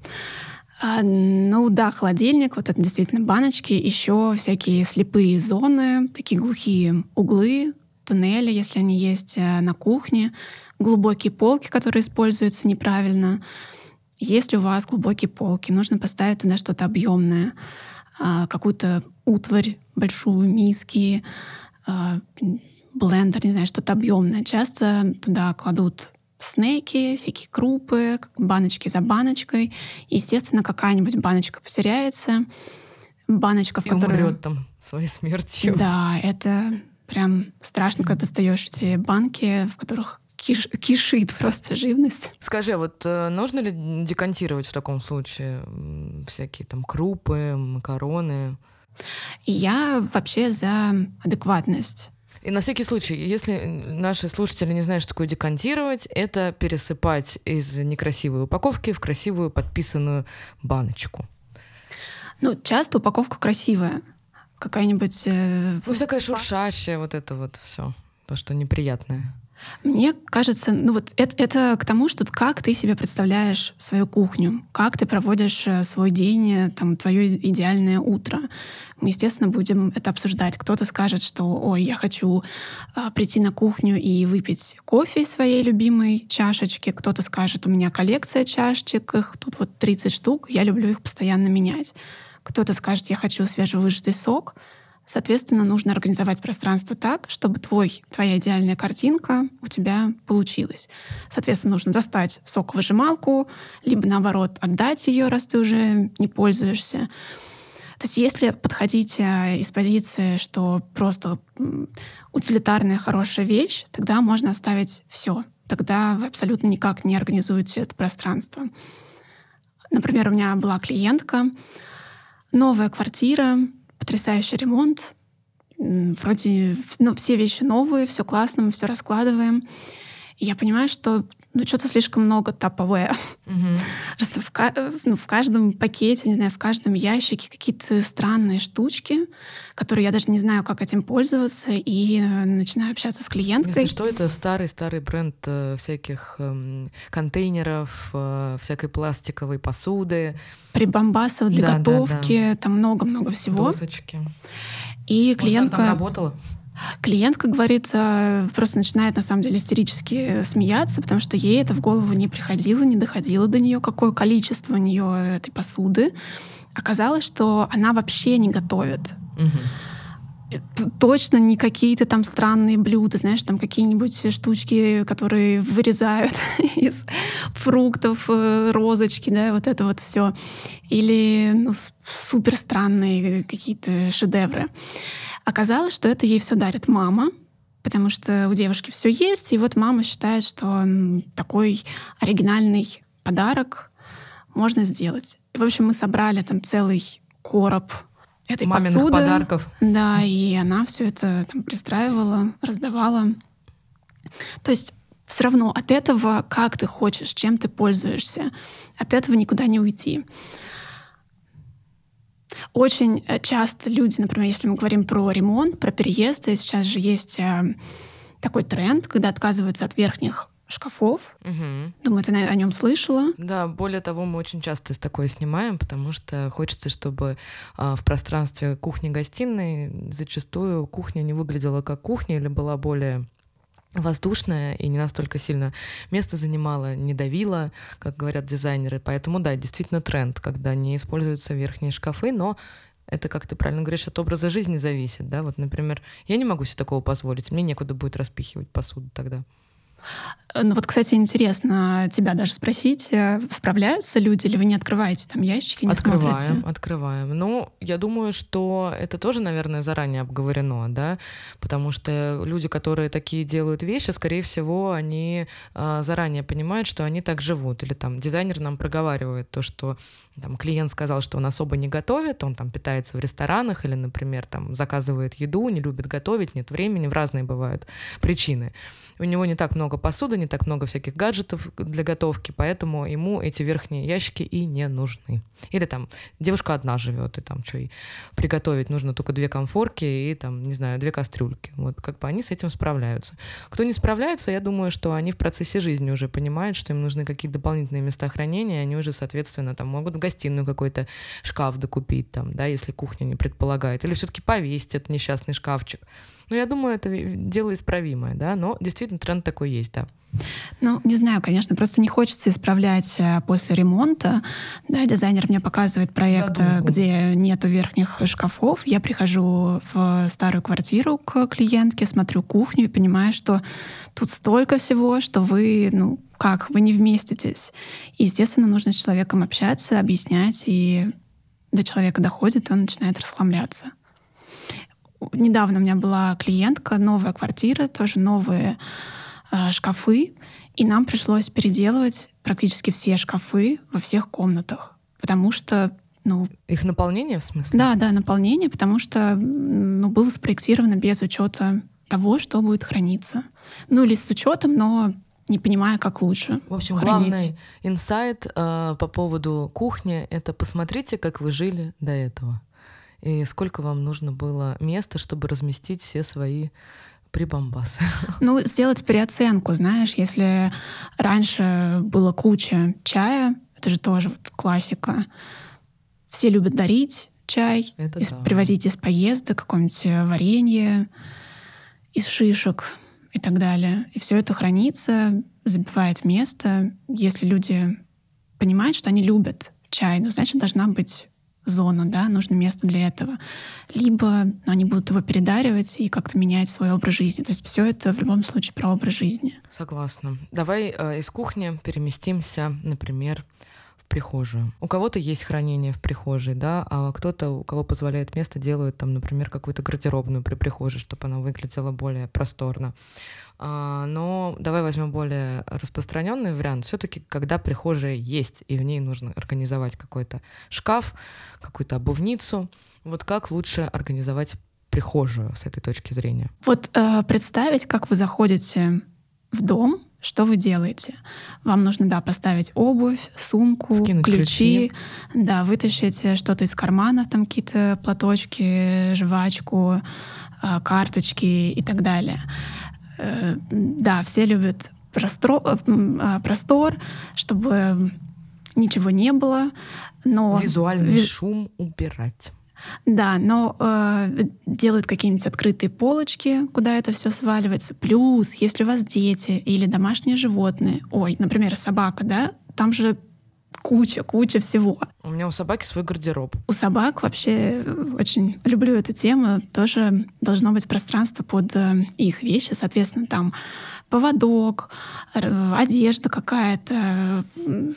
А, ну да, холодильник, вот это действительно баночки, еще всякие слепые зоны, такие глухие углы, туннели, если они есть на кухне, глубокие полки, которые используются неправильно. Если у вас глубокие полки, нужно поставить туда что-то объемное, какую-то утварь, большую, миски, блендер, не знаю, что-то объемное. Часто туда кладут снеки, всякие крупы, баночки за баночкой. Естественно, какая-нибудь баночка потеряется. Баночка, в И которой... умрет там своей смертью. Да, это прям страшно, когда достаешь эти банки, в которых киш... кишит просто живность. Скажи, вот нужно ли декантировать в таком случае всякие там крупы, макароны? Я вообще за адекватность. И на всякий случай, если наши слушатели не знают, что такое декантировать, это пересыпать из некрасивой упаковки в красивую подписанную баночку. Ну, часто упаковка красивая. какая-нибудь... э, Ну, всякое шуршащее, вот это вот все, то, что неприятное. Мне кажется, ну вот это, это к тому, что как ты себе представляешь свою кухню, как ты проводишь э, свой день, э, там, твое идеальное утро. Мы, естественно, будем это обсуждать. Кто-то скажет, что «Ой, я хочу э, прийти на кухню и выпить кофе из своей любимой чашечки». Кто-то скажет «У меня коллекция чашечек, их тут вот тридцать штук, я люблю их постоянно менять». Кто-то скажет «Я хочу свежевыжатый сок». Соответственно, нужно организовать пространство так, чтобы твой, твоя идеальная картинка у тебя получилась. Соответственно, нужно достать соковыжималку, либо, наоборот, отдать ее, раз ты уже не пользуешься. То есть если подходить из позиции, что просто утилитарная хорошая вещь, тогда можно оставить все. Тогда вы абсолютно никак не организуете это пространство. Например, у меня была клиентка, новая квартира, потрясающий ремонт. Вроде ну, все вещи новые, все классно, мы все раскладываем. И я понимаю, что ну, что-то слишком много таповое. Мгм. Просто в, ка- ну, в каждом пакете, не знаю, в каждом ящике какие-то странные штучки, которые я даже не знаю, как этим пользоваться, и э, начинаю общаться с клиенткой. Если что, это старый-старый бренд э, всяких эм, контейнеров, э, всякой пластиковой посуды, Прибамбасов для Да, да, готовки, там много-много всего. досочки. И Может, она клиентка... там работала? Клиентка, говорит, э, просто начинает на самом деле истерически смеяться, потому что ей это в голову не приходило, не доходило до нее, какое количество у нее этой посуды. Оказалось, что она вообще не готовит. Мгм. Т- Точно не какие-то там странные блюда, знаешь, там какие-нибудь штучки, которые вырезают из фруктов, э, розочки, да, вот это вот все. Или ну, с- супер странные какие-то шедевры. Оказалось, что это ей все дарит мама, потому что у девушки все есть, и вот мама считает, что м, такой оригинальный подарок можно сделать. И, в общем, мы собрали там целый короб этой Маминых посуды. подарков. Да, и она все это там пристраивала, раздавала. То есть все равно от этого, как ты хочешь, чем ты пользуешься, от этого никуда не уйти. Очень э, часто люди, например, если мы говорим про ремонт, про переезды, сейчас же есть э, такой тренд, когда отказываются от верхних шкафов. Мгм. Думаю, ты на- о нем слышала. Да, более того, мы очень часто с такое снимаем, потому что хочется, чтобы а, в пространстве кухни-гостиной зачастую кухня не выглядела как кухня или была более воздушная и не настолько сильно место занимала, не давила, как говорят дизайнеры. Поэтому да, действительно тренд, когда не используются верхние шкафы, но это, как ты правильно говоришь, от образа жизни зависит. Да? Вот, например, я не могу себе такого позволить, мне некуда будет распихивать посуду тогда. Э, Ну вот, кстати, интересно тебя даже спросить, э, справляются люди, или вы не открываете там ящики, не Открываем, смотрите? открываем. Ну, я думаю, что это тоже, наверное, заранее обговорено, да, потому что люди, которые такие делают вещи, скорее всего, они а, заранее понимают, что они так живут. Или там дизайнер нам проговаривает то, что там, клиент сказал, что он особо не готовит, он там питается в ресторанах или, например, там заказывает еду, не любит готовить, нет времени, в разные бывают причины. У него не так много посуды, не так много всяких гаджетов для готовки, поэтому ему эти верхние ящики и не нужны. Или там девушка одна живет, и там что, и приготовить нужно только две конфорки и там, не знаю, две кастрюльки. Вот как бы они с этим справляются. Кто не справляется, я думаю, что они в процессе жизни уже понимают, что им нужны какие-то дополнительные места хранения, и они уже, соответственно, там могут в гостиную какой-то шкаф докупить, там, да, если кухня не предполагает. Или все-таки повесить этот несчастный шкафчик. Ну, я думаю, это дело исправимое, да, но действительно тренд такой есть, да. Ну, не знаю, конечно, просто не хочется исправлять э, после ремонта. Да, дизайнер мне показывает проект, э, Задумку. где нету верхних шкафов. Я прихожу в старую квартиру к клиентке, смотрю кухню и понимаю, что тут столько всего, что вы, ну, как, вы не вместитесь. И, естественно, нужно с человеком общаться, объяснять, и до человека доходит, и он начинает расхламляться. Недавно у меня была клиентка, новая квартира, тоже новые э, шкафы, и нам пришлось переделывать практически все шкафы во всех комнатах, потому что, ну, Их наполнение, в смысле? да, да, наполнение, потому что, м, ну, было спроектировано без учета того, что будет храниться. Ну, или с учетом, но не понимая, как лучше В общем, хранить. главный инсайт э, по поводу кухни — это посмотрите, как вы жили до этого. И сколько вам нужно было места, чтобы разместить все свои прибамбасы? Ну, сделать переоценку, знаешь, если раньше было куча чая, это же тоже вот классика. Все любят дарить чай, Это из- да. привозить из поездок какое-нибудь варенье из шишек и так далее. И все это хранится, забивает место. Если люди понимают, что они любят чай, ну, значит, должна быть зона, да, нужно место для этого. Либо ну, они будут его передаривать и как-то менять свой образ жизни. То есть все это в любом случае про образ жизни. Согласна. Давай э, из кухни переместимся, например, в прихожую. У кого-то есть хранение в прихожей, да, а кто-то, у кого позволяет место, делают там, например, какую-то гардеробную при прихожей, чтобы она выглядела более просторно. А, но давай возьмем более распространенный вариант. Все-таки, когда прихожая есть, и в ней нужно организовать какой-то шкаф, какую-то обувницу, вот как лучше организовать прихожую с этой точки зрения? Вот э, представить, как вы заходите в дом, что вы делаете. Вам нужно, да, поставить обувь, сумку, Скинуть ключи, ключи. да, вытащить что-то из карманов, там какие-то платочки, жвачку, э, карточки и так далее. Э, да, все любят простро- э, простор, чтобы ничего не было, но Визуальный ви- шум убирать. да, но э, делают какие-нибудь открытые полочки, куда это все сваливается. Плюс, если у вас дети или домашние животные, ой, например, собака, да, там же куча, куча всего. У меня у собаки свой гардероб. У собак вообще э, очень люблю эту тему. Тоже должно быть пространство под э, их вещи. Соответственно, там поводок, р- одежда какая-то, м,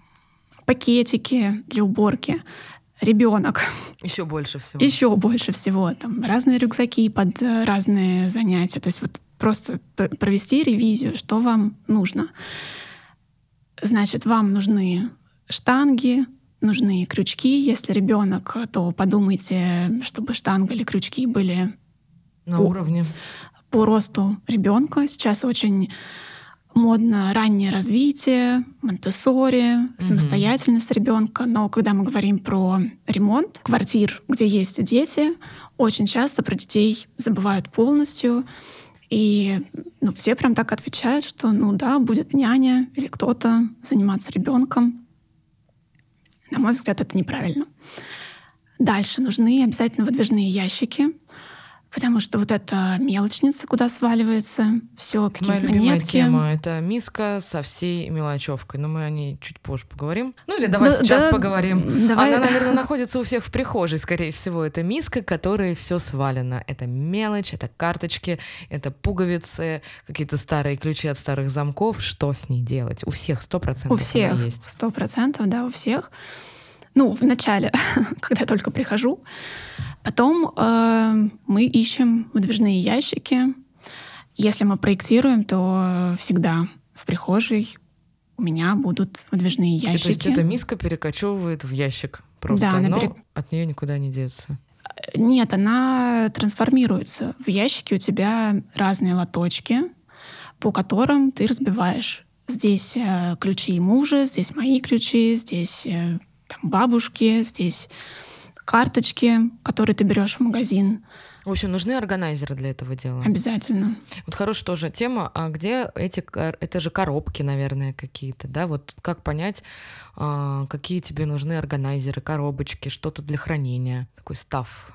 пакетики для уборки. Ребенок. Еще больше всего. Еще больше всего. Там разные рюкзаки под э, разные занятия. То есть вот просто пр- провести ревизию, что вам нужно. Значит, вам нужны штанги, нужны крючки. Если ребенок, то подумайте, чтобы штанга или крючки были На О. уровне. по росту ребенка. Сейчас очень модно раннее развитие, монтессори, самостоятельность ребенка. Но когда мы говорим про ремонт квартир, где есть дети, очень часто про детей забывают полностью. И ну, все прям так отвечают, что ну да, будет няня или кто-то заниматься ребенком. На мой взгляд, это неправильно. Дальше нужны обязательно выдвижные ящики, потому что вот эта мелочница, куда сваливается все, Моя какие-то любимая монетки. тема — это миска со всей мелочевкой. Но мы о ней чуть позже поговорим. Ну или давай Ну, сейчас да, поговорим. давай. Она, наверное, находится у всех в прихожей, скорее всего. Это миска, которой все свалено. Это мелочь, это карточки, это пуговицы, какие-то старые ключи от старых замков. Что с ней делать? У всех сто процентов У всех, она есть. сто процентов, да, у всех. Ну, в начале, когда я только прихожу. Потом э, мы ищем выдвижные ящики. Если мы проектируем, то всегда в прихожей у меня будут выдвижные И то есть ящики. эта миска перекочевывает в ящик просто, Да, она но пере- от нее никуда не деться. Нет, она трансформируется. В ящике у тебя разные лоточки, по которым ты разбиваешь. Здесь э, ключи мужа, здесь мои ключи, здесь э, там, бабушки, здесь карточки, которые ты берешь в магазин. В общем, нужны органайзеры для этого дела. Обязательно. Вот хорошая тоже тема. А где эти... кор- Это же коробки, наверное, какие-то, да? Вот как понять, а, какие тебе нужны органайзеры, коробочки, что-то для хранения? Такой став.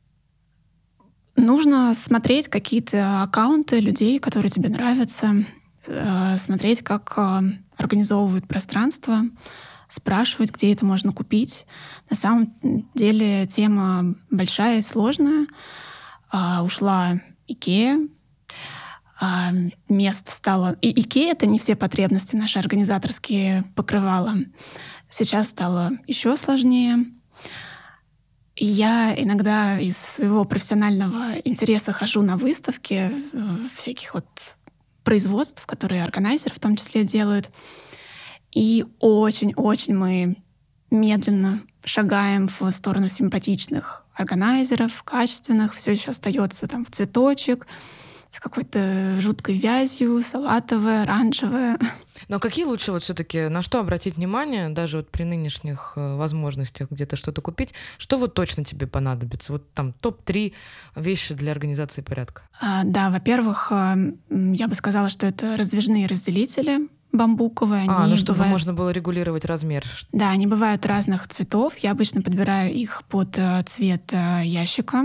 Нужно смотреть какие-то аккаунты людей, которые тебе нравятся, э, смотреть, как э, организовывают пространство, спрашивать, где это можно купить. На самом деле тема большая и сложная. А, ушла Икея, а, мест стало... И Икея — это не все потребности наши организаторские покрывала. Сейчас стало еще сложнее. И я иногда из своего профессионального интереса хожу на выставки э, всяких вот производств, которые органайзеры в том числе делают. И очень-очень мы медленно шагаем в сторону симпатичных органайзеров, качественных. Все еще остается там в цветочек, с какой-то жуткой вязью, салатовая, оранжевая. Но какие лучше вот все-таки, на что обратить внимание, даже вот при нынешних э, возможностях где-то что-то купить, что вот точно тебе понадобится? Вот там топ три вещи для организации порядка. А, да, во-первых, а, м, я бы сказала, что это раздвижные разделители бамбуковые. А, Они ну чтобы бывают- можно было регулировать размер. Да, они бывают разных цветов. Я обычно подбираю их под э, цвет э, ящика.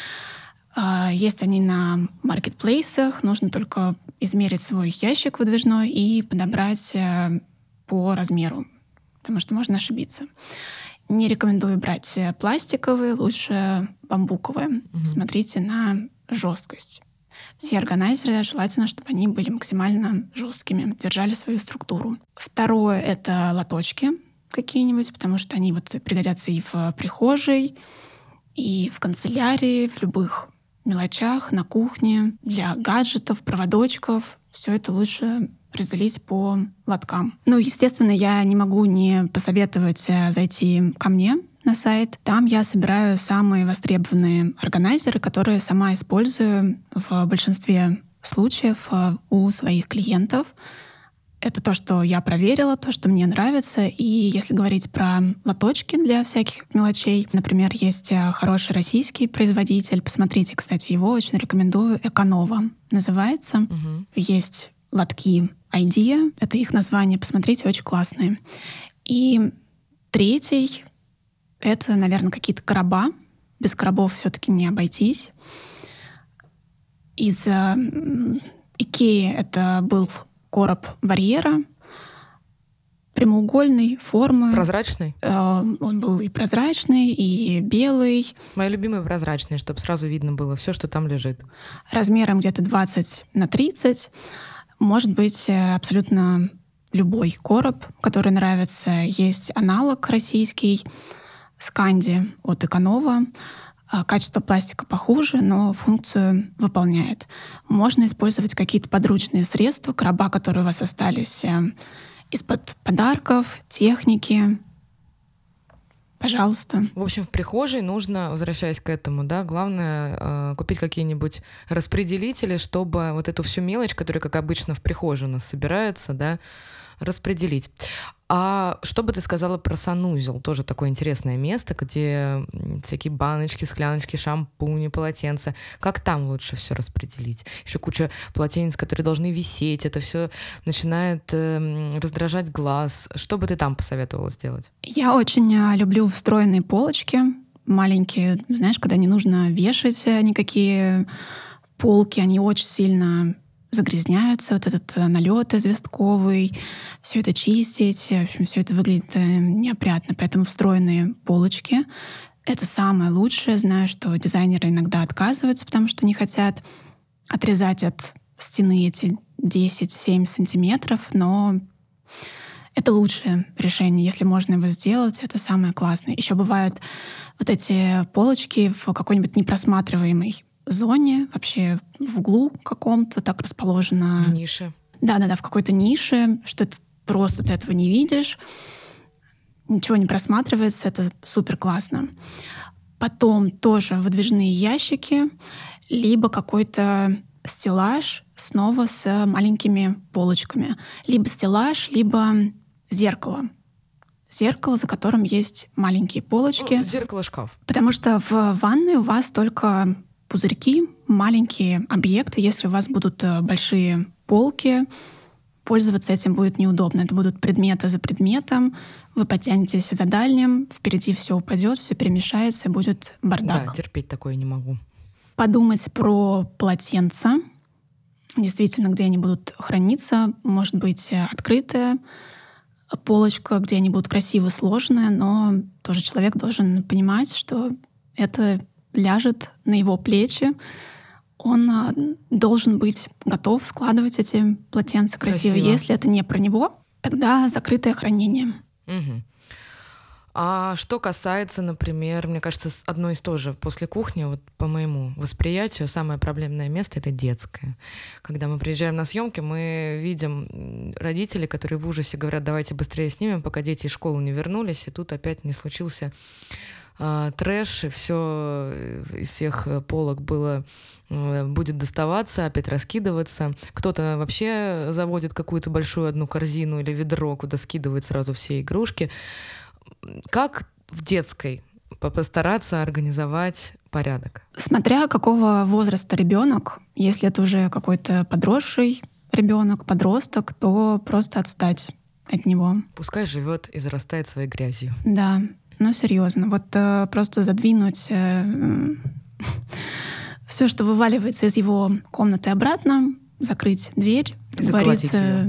А, Есть они на маркетплейсах. Нужно только измерить свой ящик выдвижной и подобрать э, по размеру, потому что можно ошибиться. Не рекомендую брать э, пластиковые, лучше бамбуковые. Мгм. Смотрите на жесткость. Все органайзеры желательно, чтобы они были максимально жесткими, держали свою структуру. Второе — это лоточки какие-нибудь, потому что они вот пригодятся и в прихожей, и в канцелярии, в любых мелочах, на кухне, для гаджетов, проводочков. Все это лучше разделить по лоткам. Ну, естественно, я не могу не посоветовать э, зайти ко мне на сайт. Там я собираю самые востребованные органайзеры, которые сама использую в большинстве случаев э, у своих клиентов. Это то, что я проверила, то, что мне нравится. И если говорить про лоточки для всяких мелочей, например, есть э, хороший российский производитель. Посмотрите, кстати, его очень рекомендую. Эконова называется. Мгм. Есть лотки Idea, это их название. Посмотрите, очень классные. И третий — это, наверное, какие-то короба. Без коробов все-таки не обойтись. Из э, м, Икеи это был короб барьера, прямоугольной формы. Прозрачный? Э, Он был и прозрачный, и белый, Мои любимые прозрачные, чтобы сразу видно было все, что там лежит. размером где-то двадцать на тридцать. Может быть э, абсолютно любой короб, который нравится. Есть аналог российский, Сканди от Эконова. А, Качество пластика похуже, но функцию выполняет. Можно использовать какие-то подручные средства, короба, которые у вас остались э, из-под подарков, техники. Пожалуйста. В общем, в прихожей нужно, возвращаясь к этому, да, главное э, купить какие-нибудь распределители, чтобы вот эту всю мелочь, которая, как обычно, в прихожей у нас собирается, да, распределить. А что бы ты сказала про санузел? Тоже такое интересное место, где м, всякие баночки, скляночки, шампуни, полотенца. Как там лучше все распределить? Еще куча полотенец, которые должны висеть. Это все начинает эм, раздражать глаз. Что бы ты там посоветовала сделать? Я очень э, люблю встроенные полочки, маленькие, знаешь, когда не нужно вешать э, никакие полки, они очень сильно загрязняются, вот этот э, налет известковый, все это чистить, в общем, все это выглядит э, неопрятно. Поэтому встроенные полочки — это самое лучшее. Знаю, что дизайнеры иногда отказываются, потому что не хотят отрезать от стены эти десять-семь сантиметров, но это лучшее решение. Если можно его сделать, это самое классное. Еще бывают вот эти полочки в какой-нибудь непросматриваемой зоне, вообще в углу каком-то так расположено. В нише. Да-да-да, в какой-то нише, что это просто ты этого не видишь, ничего не просматривается, это супер классно. Потом тоже выдвижные ящики, либо какой-то стеллаж снова с маленькими полочками. Либо стеллаж, либо зеркало. Зеркало, за которым есть маленькие полочки. Ну, зеркало-шкаф. Потому что в ванной у вас только пузырьки, маленькие объекты. Если у вас будут э, большие полки, пользоваться этим будет неудобно. Это будут предметы за предметом. Вы потянетесь за дальним, впереди все упадет, все перемешается, и будет бардак. Да, терпеть такое не могу. Подумать про полотенца. Действительно, где они будут храниться. Может быть, э, открытая полочка, где они будут красиво сложены, но тоже человек должен понимать, что это ляжет на его плечи. Он а, должен быть готов складывать эти полотенца красиво. Красиво. Если это не про него, тогда закрытое хранение. Мгм. А что касается, например, мне кажется, с- одно из тоже после кухни, вот по моему восприятию, самое проблемное место — это детское. Когда мы приезжаем на съемки, мы видим м, родителей, которые в ужасе говорят: давайте быстрее снимем, пока дети из школы не вернулись, и тут опять не случился э, трэш, и все из всех полок было э, будет доставаться, опять раскидываться. Кто-то вообще заводит какую-то большую одну корзину или ведро, куда скидывает сразу все игрушки. Как в детской постараться организовать порядок? Смотря какого возраста ребенок, если это уже какой-то подросший ребенок, подросток, то просто отстать от него. Пускай живет и зарастает своей грязью. Да, ну серьезно, вот э, просто задвинуть э, все, что вываливается из его комнаты обратно, закрыть дверь, и договориться,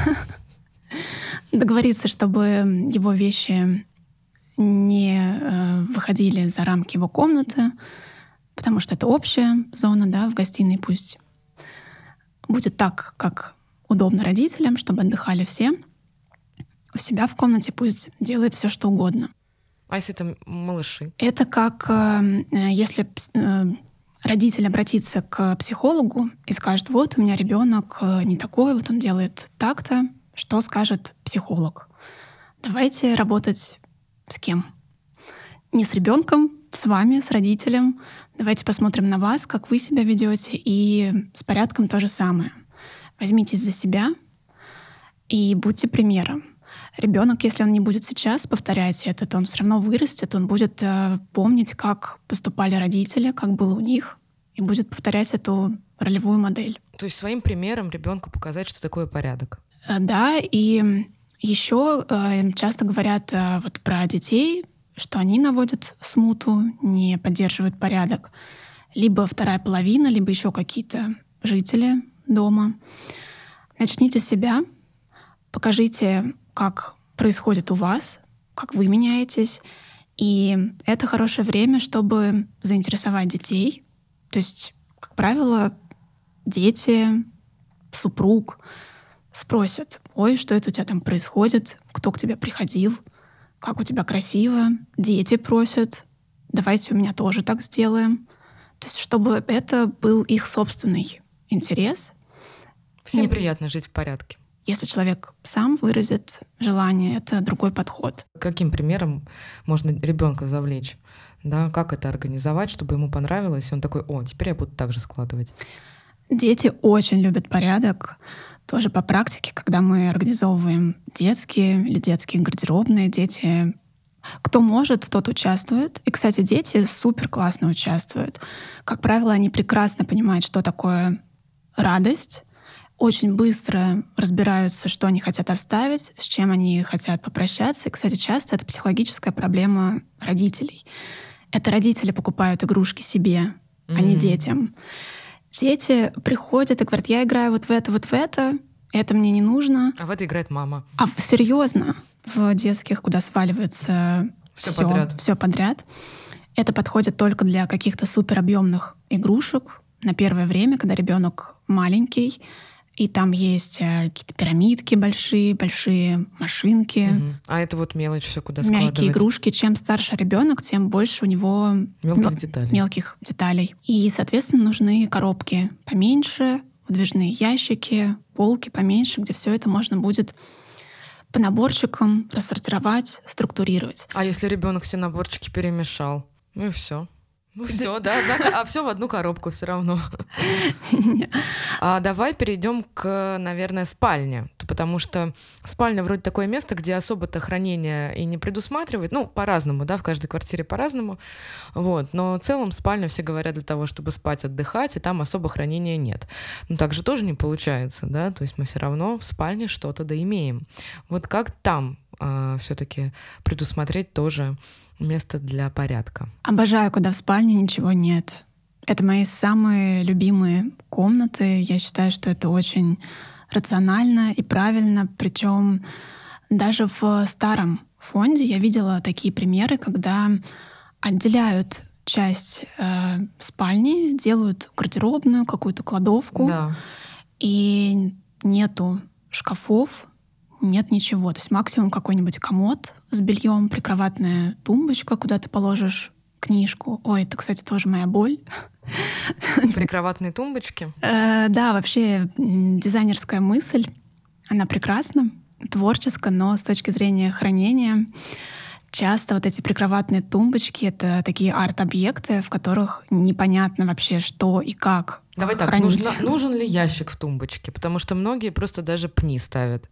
договориться, чтобы его вещи не э, выходили за рамки его комнаты, потому что это общая зона, да, в гостиной пусть будет так, как удобно родителям, чтобы отдыхали все. У себя в комнате пусть делает все, что угодно. А если там малыши? Это как э, если э, родитель обратится к психологу и скажет: вот у меня ребенок не такой, вот он делает так-то, что скажет психолог? Давайте работать с кем? Не с ребенком, с вами, с родителем. Давайте посмотрим на вас, как вы себя ведете, и с порядком то же самое. Возьмитесь за себя и будьте примером. Ребенок, если он не будет сейчас повторять это, то он все равно вырастет, он будет э, помнить, как поступали родители, как было у них, и будет повторять эту ролевую модель. То есть своим примером ребенку показать, что такое порядок. Э, да, и еще э, часто говорят э, вот про детей, что они наводят смуту, не поддерживают порядок. Либо вторая половина, либо еще какие-то жители дома. Начните с себя, покажите, как происходит у вас, как вы меняетесь. И это хорошее время, чтобы заинтересовать детей. То есть, как правило, дети, супруг спросят: ой, что это у тебя там происходит, кто к тебе приходил, как у тебя красиво. Дети просят: давайте у меня тоже так сделаем. То есть чтобы это был их собственный интерес. Всем Нет. приятно жить в порядке. Если человек сам выразит желание, это другой подход. Каким примером можно ребенка завлечь? Да, как это организовать, чтобы ему понравилось, и он такой: о, теперь я буду так же складывать. Дети очень любят порядок. Тоже по практике, когда мы организовываем детские или детские гардеробные, дети, кто может, тот участвует. И, кстати, дети супер классно участвуют. Как правило, они прекрасно понимают, что такое радость, очень быстро разбираются, что они хотят оставить, с чем они хотят попрощаться. И, кстати, часто это психологическая проблема родителей. Это родители покупают игрушки себе, mm-hmm. а не детям. Дети приходят и говорят: я играю вот в это, вот в это, это мне не нужно. А в это играет мама. А серьезно, в детских, куда сваливается все всё, подряд. всё подряд, это подходит только для каких-то суперобъемных игрушек на первое время, когда ребенок маленький, и там есть какие-то пирамидки большие, большие машинки. Угу. А это вот мелочь, все куда мягкие складывать. Мягкие игрушки. Чем старше ребенок, тем больше у него мелких мел- деталей. мелких деталей. И, соответственно, нужны коробки поменьше, выдвижные ящики, полки поменьше, где все это можно будет по наборчикам рассортировать, структурировать. А если ребенок все наборчики перемешал? Ну и все. Ну все, да, да, а все в одну коробку все равно. А давай перейдем к, наверное, спальне, потому что спальня вроде такое место, где особо-то хранение и не предусматривает, ну по-разному, да, в каждой квартире по-разному, вот. Но в целом спальня, все говорят, для того, чтобы спать, отдыхать, и там особо хранения нет. Но так же тоже не получается, да, то есть мы все равно в спальне что-то да имеем. Вот как там э, все-таки предусмотреть тоже место для порядка? Обожаю, когда в спальне ничего нет. Это мои самые любимые комнаты. Я считаю, что это очень рационально и правильно. Причем даже в старом фонде я видела такие примеры, когда отделяют часть э, спальни, делают гардеробную, какую-то кладовку, Да. и нету шкафов, нет ничего. То есть максимум какой-нибудь комод с бельем, прикроватная тумбочка, куда ты положишь книжку. Ой, это, кстати, тоже моя боль. Прикроватные тумбочки? Э, да, вообще дизайнерская мысль, она прекрасна, творческая, но с точки зрения хранения Часто вот эти прикроватные тумбочки — это такие арт-объекты, в которых непонятно вообще, что и как Давай так, хранить. нужно, нужен ли ящик в тумбочке? Потому что многие просто даже пни ставят.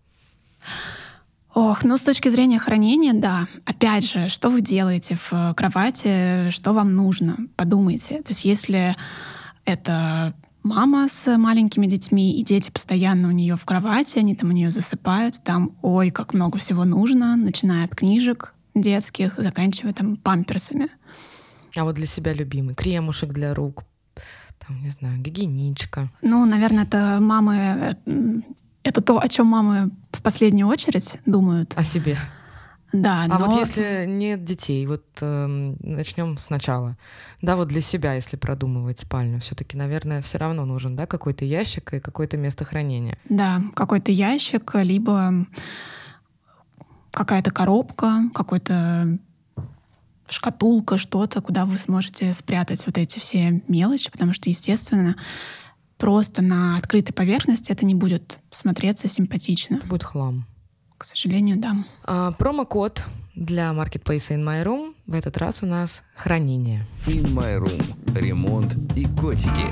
Ох, ну с точки зрения хранения, да. Опять же, что вы делаете в кровати, что вам нужно? Подумайте. То есть если это мама с маленькими детьми, и дети постоянно у нее в кровати, они там у нее засыпают, там, ой, как много всего нужно, начиная от книжек детских, заканчивая там памперсами. А вот для себя любимый кремушек для рук, там, не знаю, гигиеничка. Ну, наверное, это мамы... Это то, о чем мамы в последнюю очередь думают. О себе. Да, А но... вот если нет детей, вот э, начнем сначала. Да, вот для себя, если продумывать спальню, все-таки, наверное, все равно нужен, да, какой-то ящик и какое-то место хранения. Да, какой-то ящик, либо какая-то коробка, какой-то шкатулка, что-то, куда вы сможете спрятать вот эти все мелочи, потому что, естественно, просто на открытой поверхности это не будет смотреться симпатично. Это будет хлам. К сожалению, да. А, промокод для маркетплейса In My Room в этот раз у нас хранение. In My Room. Ремонт и котики.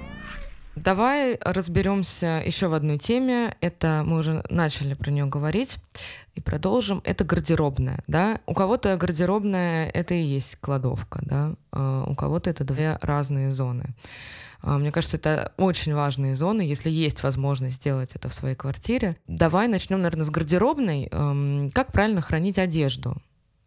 Давай разберемся еще в одной теме. Это мы уже начали про нее говорить и продолжим. Это гардеробная, да. У кого-то гардеробная это и есть кладовка, да. А у кого-то это две разные зоны. Мне кажется, это очень важные зоны, если есть возможность сделать это в своей квартире. Давай начнем, наверное, с гардеробной. Как правильно хранить одежду?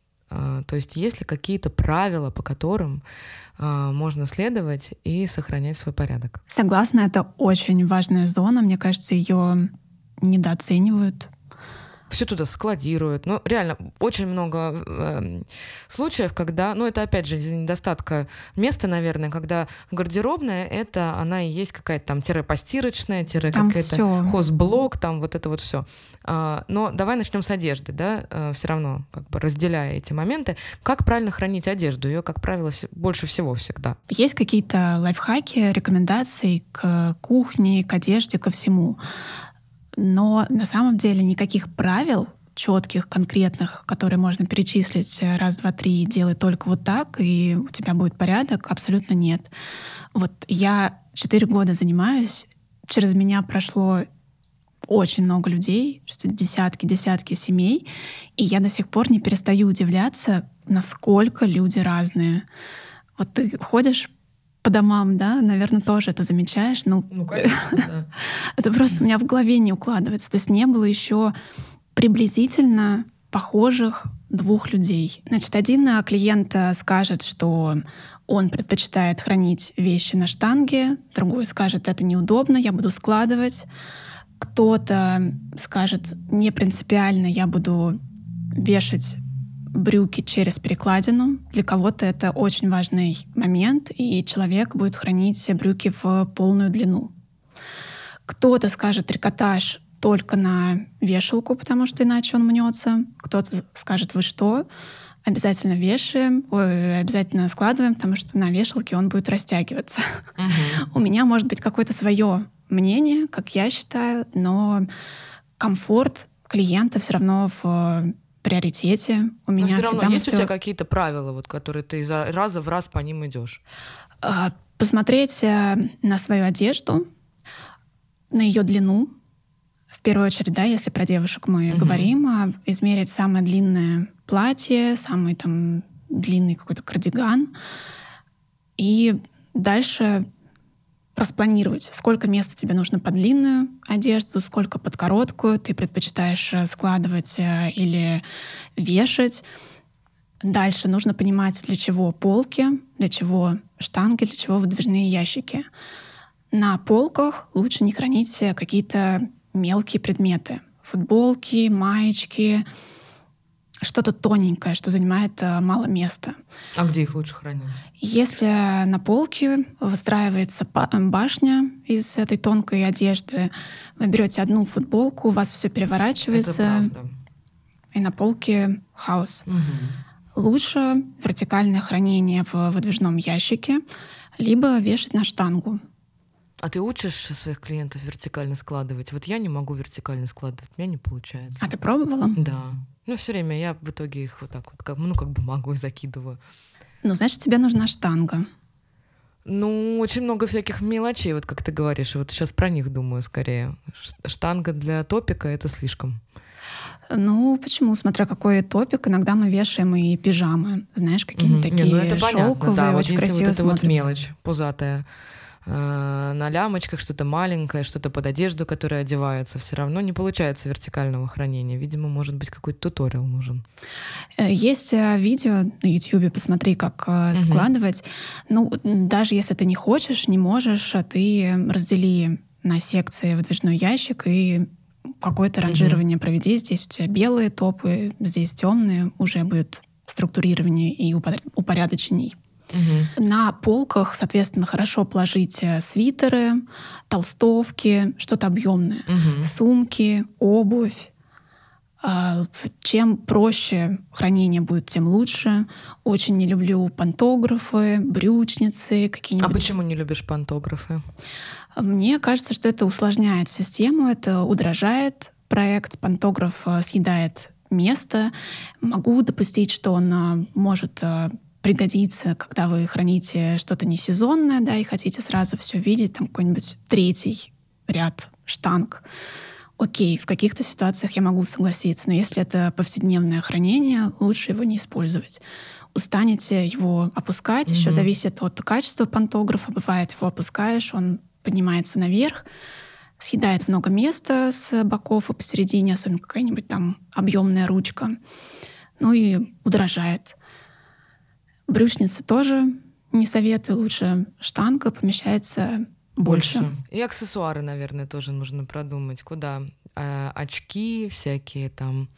То есть есть ли какие-то правила, по которым можно следовать и сохранять свой порядок? Согласна, это очень важная зона. Мне кажется, ее недооценивают. Все туда складируют. Ну, реально, очень много э, случаев, когда, ну, это опять же из-за недостатка места, наверное, когда гардеробная, это она и есть какая-то там тире-постирочная, тире какая-то всё. хозблок, там вот это вот все. А, но давай начнем с одежды, да, а, все равно как бы разделяя эти моменты. Как правильно хранить одежду? Ее, как правило, больше всего всегда. Есть какие-то лайфхаки, рекомендации к кухне, к одежде, ко всему. Но на самом деле никаких правил четких, конкретных, которые можно перечислить раз, два, три, делай только вот так, и у тебя будет порядок, абсолютно нет. Вот я четыре года занимаюсь, через меня прошло очень много людей, десятки-десятки семей, и я до сих пор не перестаю удивляться, насколько люди разные. Вот ты ходишь по домам, да, наверное, тоже это замечаешь. Ну, ну конечно, да. Это просто у меня в голове не укладывается. То есть не было еще приблизительно похожих двух людей. Значит, один клиент скажет, что он предпочитает хранить вещи на штанге, другой скажет, это неудобно, я буду складывать. Кто-то скажет, не принципиально, я буду вешать брюки через перекладину. Для кого-то это очень важный момент, и человек будет хранить брюки в полную длину. Кто-то скажет трикотаж только на вешалку, потому что иначе он мнется. Кто-то скажет, вы что? Обязательно вешаем, ой, обязательно складываем, потому что на вешалке он будет растягиваться. Uh-huh. У меня может быть какое-то свое мнение, как я считаю, но комфорт клиента все равно в приоритете. У меня но все равно есть всё... у тебя какие-то правила, вот, которые ты из раза в раз по ним идешь? Посмотреть на свою одежду, на ее длину. В первую очередь, да, если про девушек мы uh-huh. говорим, измерить самое длинное платье, самый там длинный какой-то кардиган. И дальше распланировать, сколько места тебе нужно под длинную одежду, сколько под короткую ты предпочитаешь складывать или вешать. Дальше нужно понимать, для чего полки, для чего штанги, для чего выдвижные ящики. На полках лучше не хранить какие-то мелкие предметы. Футболки, маечки, что-то тоненькое, что занимает мало места. А где их лучше хранить? Если на полке выстраивается башня из этой тонкой одежды, вы берете одну футболку, у вас все переворачивается, и на полке хаос. Угу. Лучше вертикальное хранение в выдвижном ящике, либо вешать на штангу. А ты учишь своих клиентов вертикально складывать? Вот я не могу вертикально складывать, у меня не получается. А ты пробовала? Да. Ну, все время я в итоге их вот так вот, как, ну, как бумагу закидываю. Ну, значит, тебе нужна штанга. Ну, очень много всяких мелочей, вот как ты говоришь. И вот сейчас про них думаю скорее. Ш- Штанга для топика — это слишком. Ну, почему? Смотря какой топик, иногда мы вешаем и пижамы. Знаешь, какие-нибудь Мгм. Не, такие ну это понятно, шелковые, да. Вот очень если красиво вот эта вот смотрятся. мелочь пузатая э, на лямочках, что-то маленькое, что-то под одежду, которая одевается, все равно не получается вертикального хранения. Видимо, может быть, какой-то туториал нужен. Э, Есть э, видео на Ютьюбе, посмотри, как э, Мгм. складывать. Ну, м, даже если ты не хочешь, не можешь, а ты раздели на секции выдвижной ящик и какое-то Мгм. ранжирование проведи. Здесь у тебя белые топы, здесь темные, уже будет структурирование и упор- упорядоченней. Мгм. На полках, соответственно, хорошо положить э, свитеры, толстовки, что-то объемное, Мгм. сумки, обувь. А, Чем проще хранение будет, тем лучше. Очень не люблю пантографы, брючницы, А какие-нибудь. почему не любишь пантографы? Мне кажется, что это усложняет систему, это удорожает проект. Пантограф э, съедает место. Могу допустить, что он э, может э, пригодиться, когда вы храните что-то несезонное, да, и хотите сразу все видеть, там какой-нибудь третий ряд штанг. Окей, в каких-то ситуациях я могу согласиться, но если это повседневное хранение, лучше его не использовать. Устанете его опускать, еще Мгм. зависит от качества пантографа. Бывает, его опускаешь, он поднимается наверх, съедает много места с боков и посередине, особенно какая-нибудь там объемная ручка. Ну и удорожает. Брючницы тоже не советую, лучше штанга помещается больше. Больше. И аксессуары, наверное, тоже нужно продумать. Куда? А, очки всякие там,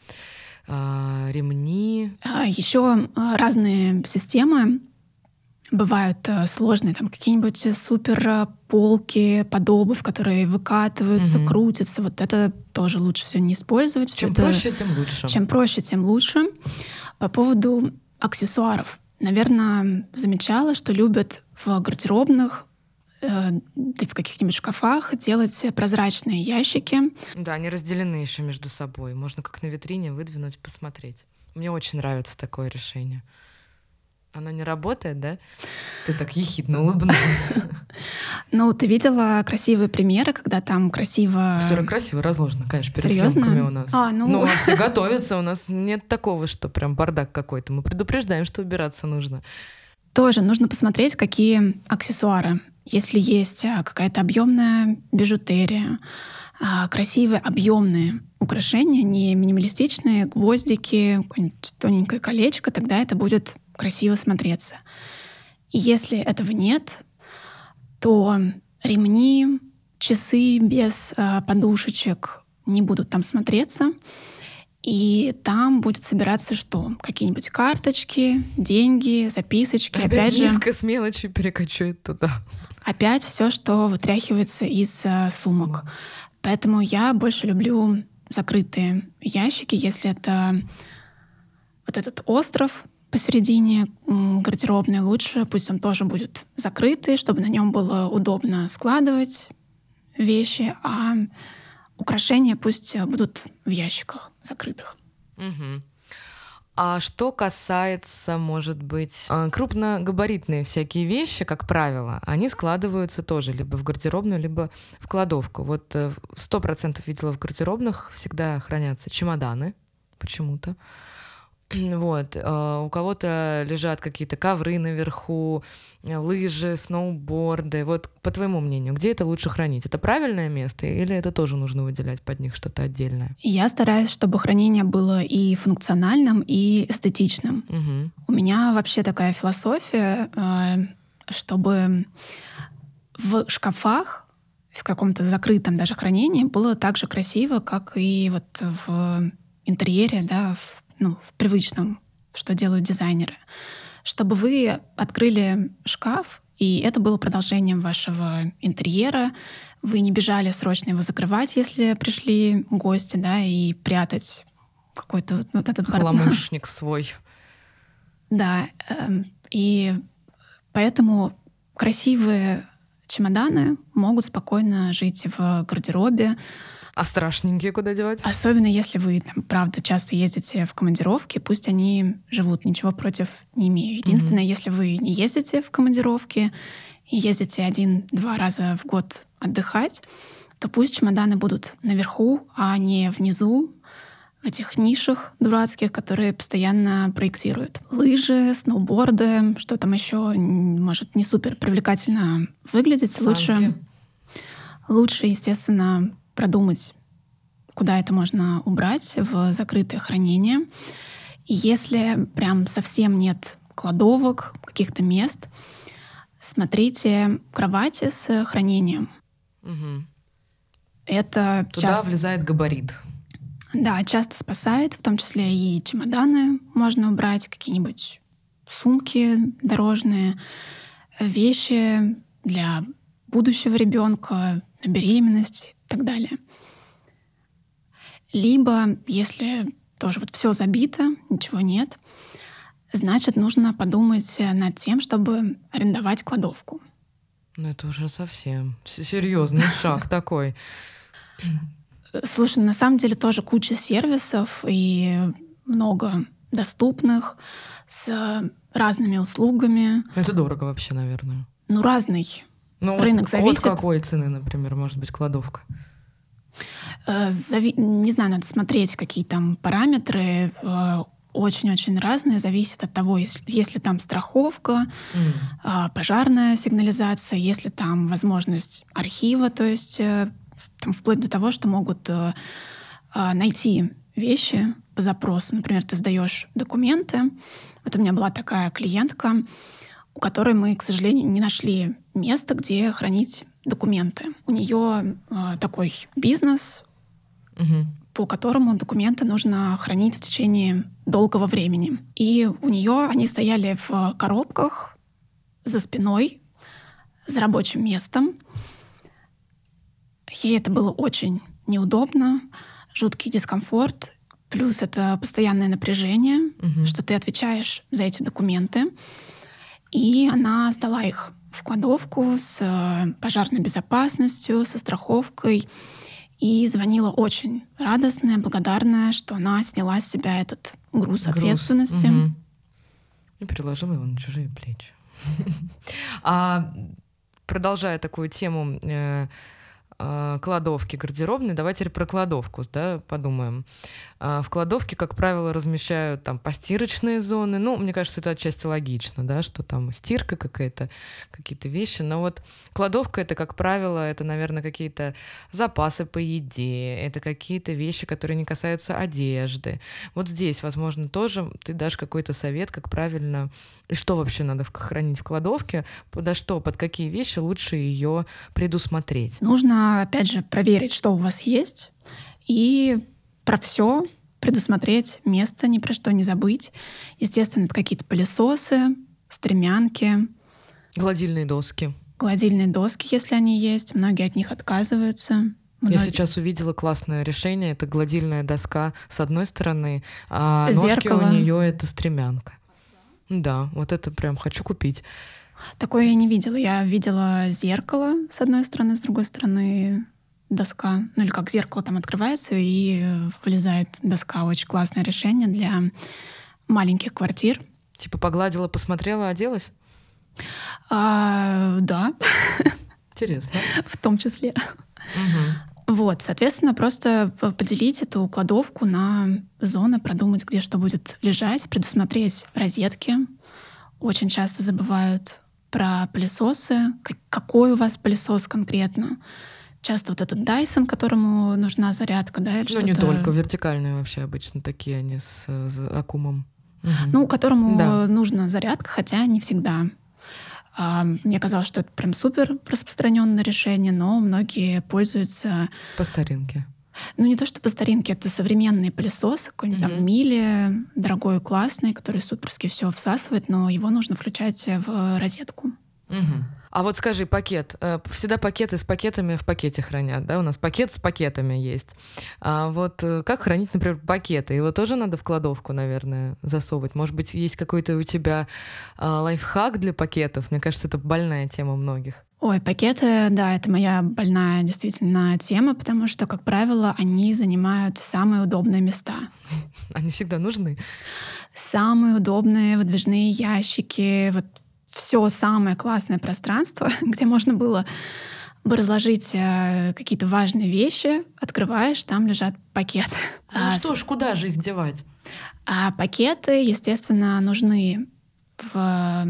а, ремни. А, Еще а, разные системы бывают а, сложные, там какие-нибудь супер а, полки под обувь, которые выкатываются, Мгм. крутятся. Вот это тоже лучше все не использовать. Всё Чем это- проще, тем лучше. Чем проще, тем лучше. По поводу аксессуаров. Наверное, замечала, что любят в гардеробных, э, да и в каких-нибудь шкафах делать прозрачные ящики. Да, они разделены еще между собой. Можно как на витрине выдвинуть, посмотреть. Мне очень нравится такое решение. Оно не работает, да? Ты так ехидно улыбнулась. Ну, ты видела красивые примеры, когда там красиво... Все красиво разложено, конечно, перед Серьезно? съемками у нас. А, ну- Ну, а все готовятся, у нас нет такого, что прям бардак какой-то. Мы предупреждаем, что убираться нужно. Тоже нужно посмотреть, какие аксессуары. Если есть а, какая-то объемная бижутерия, а, красивые объемные украшения, не минималистичные, гвоздики, какое-нибудь тоненькое колечко, тогда это будет красиво смотреться. И если этого нет, то ремни, часы без а, подушечек не будут там смотреться. И там будет собираться что? Какие-нибудь карточки, деньги, записочки. Опять, Опять же, миска с мелочью перекочует туда. опять все, что вытряхивается из а, сумок. Сумок. Поэтому я больше люблю закрытые ящики, если это вот этот остров посередине м, гардеробной, лучше пусть он тоже будет закрытый, чтобы на нем было удобно складывать вещи, а украшения пусть будут в ящиках закрытых. Мгм. А что касается, может быть, а, крупногабаритные всякие вещи, как правило, они складываются тоже либо в гардеробную, либо в кладовку. Вот э, сто процентов видела в гардеробных всегда хранятся чемоданы почему-то. Вот. э, У кого-то лежат какие-то ковры наверху, э, лыжи, сноуборды. Вот по твоему мнению, где это лучше хранить? Это правильное место или это тоже нужно выделять под них что-то отдельное? И я стараюсь, чтобы хранение было и функциональным, и эстетичным. Мгм. У меня вообще такая философия, э, чтобы в шкафах, в каком-то закрытом даже хранении было так же красиво, как и вот в интерьере, да, в, ну, в привычном, что делают дизайнеры. Чтобы вы открыли шкаф, и это было продолжением вашего интерьера. Вы не бежали срочно его закрывать, если пришли гости, да, и прятать какой-то вот, вот этот бар- Хламушник свой. Да, эм, и поэтому красивые чемоданы могут спокойно жить в гардеробе. А страшненькие куда девать? Особенно если вы, там, правда, часто ездите в командировки, пусть они живут, ничего против не имею. Единственное, mm-hmm. если вы не ездите в командировки и ездите один-два раза в год отдыхать, то пусть чемоданы будут наверху, а не внизу, в этих нишах дурацких, которые постоянно проектируют. Лыжи, сноуборды, что там еще может не супер привлекательно выглядеть. Санки. Лучше, лучше, естественно, продумать, куда это можно убрать в закрытое хранение. И если прям совсем нет кладовок, каких-то мест, смотрите кровати с хранением. Угу. Это Туда часто... влезает габарит. Да, часто спасает, в том числе и чемоданы можно убрать, какие-нибудь сумки дорожные, вещи для будущего ребенка, на беременность и так далее. Либо, если тоже вот все забито, ничего нет, значит, нужно подумать над тем, чтобы арендовать кладовку. Ну, это уже совсем серьезный шаг такой. Слушай, на самом деле тоже куча сервисов и много доступных с разными услугами. Это дорого вообще, наверное. Ну, разный. Ну, рынок вот зависит. От какой цены, например, может быть кладовка? Зави... Не знаю, надо смотреть, какие там параметры. Очень-очень разные. Зависит от того, если, если там страховка, mm. пожарная сигнализация, если там возможность архива, то есть там, вплоть до того, что могут найти вещи по запросу. Например, ты сдаешь документы. Вот у меня была такая клиентка, у которой мы, к сожалению, не нашли места, где хранить документы. У нее э, такой бизнес, угу. по которому документы нужно хранить в течение долгого времени. И у нее они стояли в коробках за спиной, за рабочим местом. Ей это было очень неудобно, жуткий дискомфорт, плюс это постоянное напряжение, угу. что ты отвечаешь за эти документы. И она сдала их в кладовку с пожарной безопасностью, со страховкой. И звонила очень радостная, благодарная, что она сняла с себя этот груз, груз. ответственности. Угу. И переложила его на чужие плечи. А продолжая такую тему кладовки гардеробной, давайте теперь про кладовку, да, подумаем. В кладовке, как правило, размещают там постирочные зоны. Ну, мне кажется, это отчасти логично, да, что там стирка какая-то, какие-то вещи. Но вот кладовка — это, как правило, это, наверное, какие-то запасы по еде, это какие-то вещи, которые не касаются одежды. Вот здесь, возможно, тоже ты дашь какой-то совет, как правильно и что вообще надо хранить в кладовке, подо что, под какие вещи лучше ее предусмотреть. Нужно, опять же, проверить, что у вас есть, и про все предусмотреть место, ни про что не забыть. Естественно, это какие-то пылесосы, стремянки. Гладильные доски. Гладильные доски, если они есть. Многие от них отказываются. Многие... Я сейчас увидела классное решение. Это гладильная доска с одной стороны, а ножки Зеркало. У нее это стремянка. Да, вот это прям хочу купить. Такое я не видела. Я видела зеркало с одной стороны, с другой стороны доска. Ну или как зеркало там открывается и вылезает доска. Очень классное решение для маленьких квартир. Типа погладила, посмотрела, оделась? А, да. Интересно. В том числе. Угу. Вот, соответственно, просто поделить эту кладовку на зоны, продумать, где что будет лежать, предусмотреть розетки. Очень часто забывают про пылесосы. Какой у вас пылесос конкретно? Часто вот этот Dyson, которому нужна зарядка, да, или ну, что-то... Ну, не только, вертикальные вообще обычно такие, они с, с аккумом. Угу. Ну, которому да. нужна зарядка, хотя не всегда. А, мне казалось, что это прям супер распространенное решение, но многие пользуются... По старинке. Ну, не то, что по старинке, это современные пылесосы, какой-нибудь угу. там Мили, дорогой, классный, который суперски все всасывает, но его нужно включать в розетку. Угу. А вот скажи, пакет. Всегда пакеты с пакетами в пакете хранят, да? У нас пакет с пакетами есть. А вот как хранить, например, пакеты? Его тоже надо в кладовку, наверное, засовывать? Может быть, есть какой-то у тебя лайфхак для пакетов? Мне кажется, это больная тема многих. Ой, пакеты, да, это моя больная действительно тема, потому что, как правило, они занимают самые удобные места. Они всегда нужны. Самые удобные выдвижные ящики, вот все самое классное пространство, где можно было бы разложить э, какие-то важные вещи, открываешь, там лежат пакеты. Ну А, что ж, куда же их девать? а пакеты, естественно, нужны в,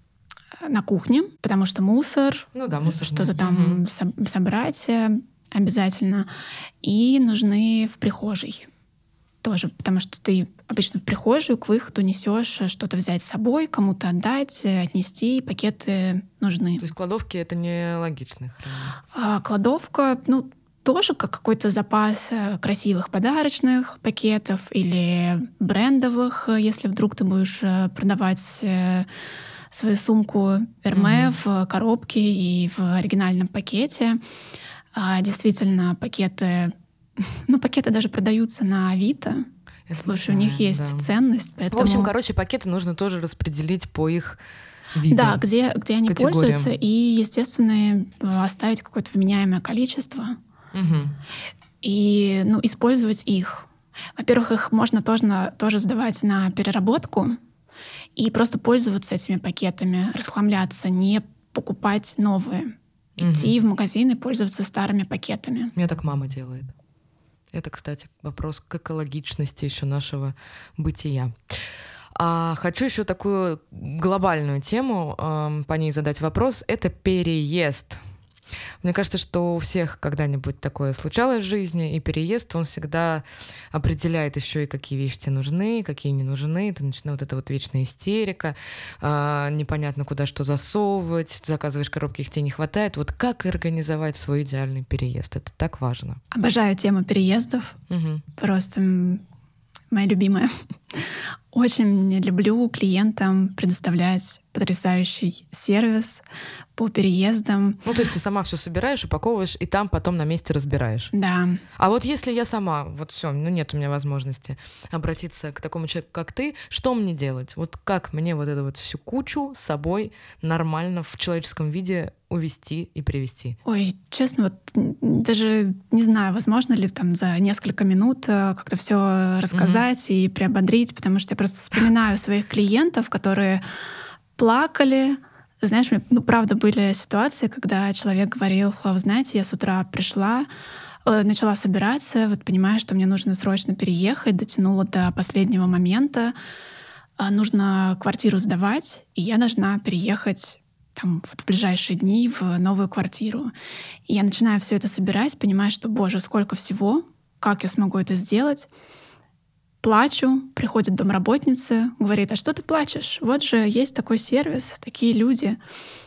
на кухне, потому что мусор, Ну да, мусор. что-то там Мгм. со- собрать э, обязательно. И нужны в прихожей тоже, потому что ты обычно в прихожую к выходу несешь что-то взять с собой, кому-то отдать, э, отнести, пакеты нужны. То есть кладовки — это не логично. А кладовка, ну, тоже как какой-то запас э, красивых подарочных пакетов или брендовых, э, если вдруг ты будешь э, продавать э, свою сумку Hermès Мгм. в коробке и в оригинальном пакете. А, действительно, пакеты, ну, пакеты даже продаются на Авито. Я Слушай, у них знаю, есть да. ценность, поэтому... В общем, короче, пакеты нужно тоже распределить по их виду. Да, где, где они категориям. пользуются, и, естественно, э, оставить какое-то вменяемое количество Мгм. и, ну, использовать их. Во-первых, их можно тоже, на- тоже сдавать на переработку и просто пользоваться этими пакетами, расхламляться, не покупать новые. Идти в магазин и пользоваться старыми пакетами. У меня так мама делает. Это, кстати, вопрос к экологичности еще нашего бытия. А хочу еще такую глобальную тему, эм, по ней задать вопрос. Это переезд. Мне кажется, что у всех когда-нибудь такое случалось в жизни, и переезд, он всегда определяет еще и какие вещи тебе нужны, какие не нужны. Ты начинаешь вот эта вот вечная истерика, а, непонятно куда что засовывать, заказываешь коробки, их тебе не хватает. Вот как организовать свой идеальный переезд? Это так важно. Обожаю тему переездов. Мгм. Просто м, моя любимая. Очень люблю клиентам предоставлять потрясающий сервис по переездам. Ну, то есть ты сама все собираешь, упаковываешь, и там потом на месте разбираешь. Да. А вот если я сама, вот все, ну нет у меня возможности обратиться к такому человеку, как ты, что мне делать? Вот как мне вот эту вот всю кучу с собой нормально в человеческом виде увести и привести? Ой, честно, вот м, даже не знаю, возможно ли там за несколько минут э, как-то все рассказать и приободрить, потому что я просто вспоминаю своих клиентов, которые плакали. Знаешь, мне, ну, правда, были ситуации, когда человек говорил: вы знаете, я с утра пришла, э, начала собираться, вот понимаю, что мне нужно срочно переехать, дотянула до последнего момента, а, нужно квартиру сдавать, и я должна переехать там, вот в ближайшие дни в новую квартиру. И я начинаю все это собирать, понимаю, что, боже, сколько всего, как я смогу это сделать. Плачу, приходит домработница, говорит: а что ты плачешь? Вот же есть такой сервис, такие люди.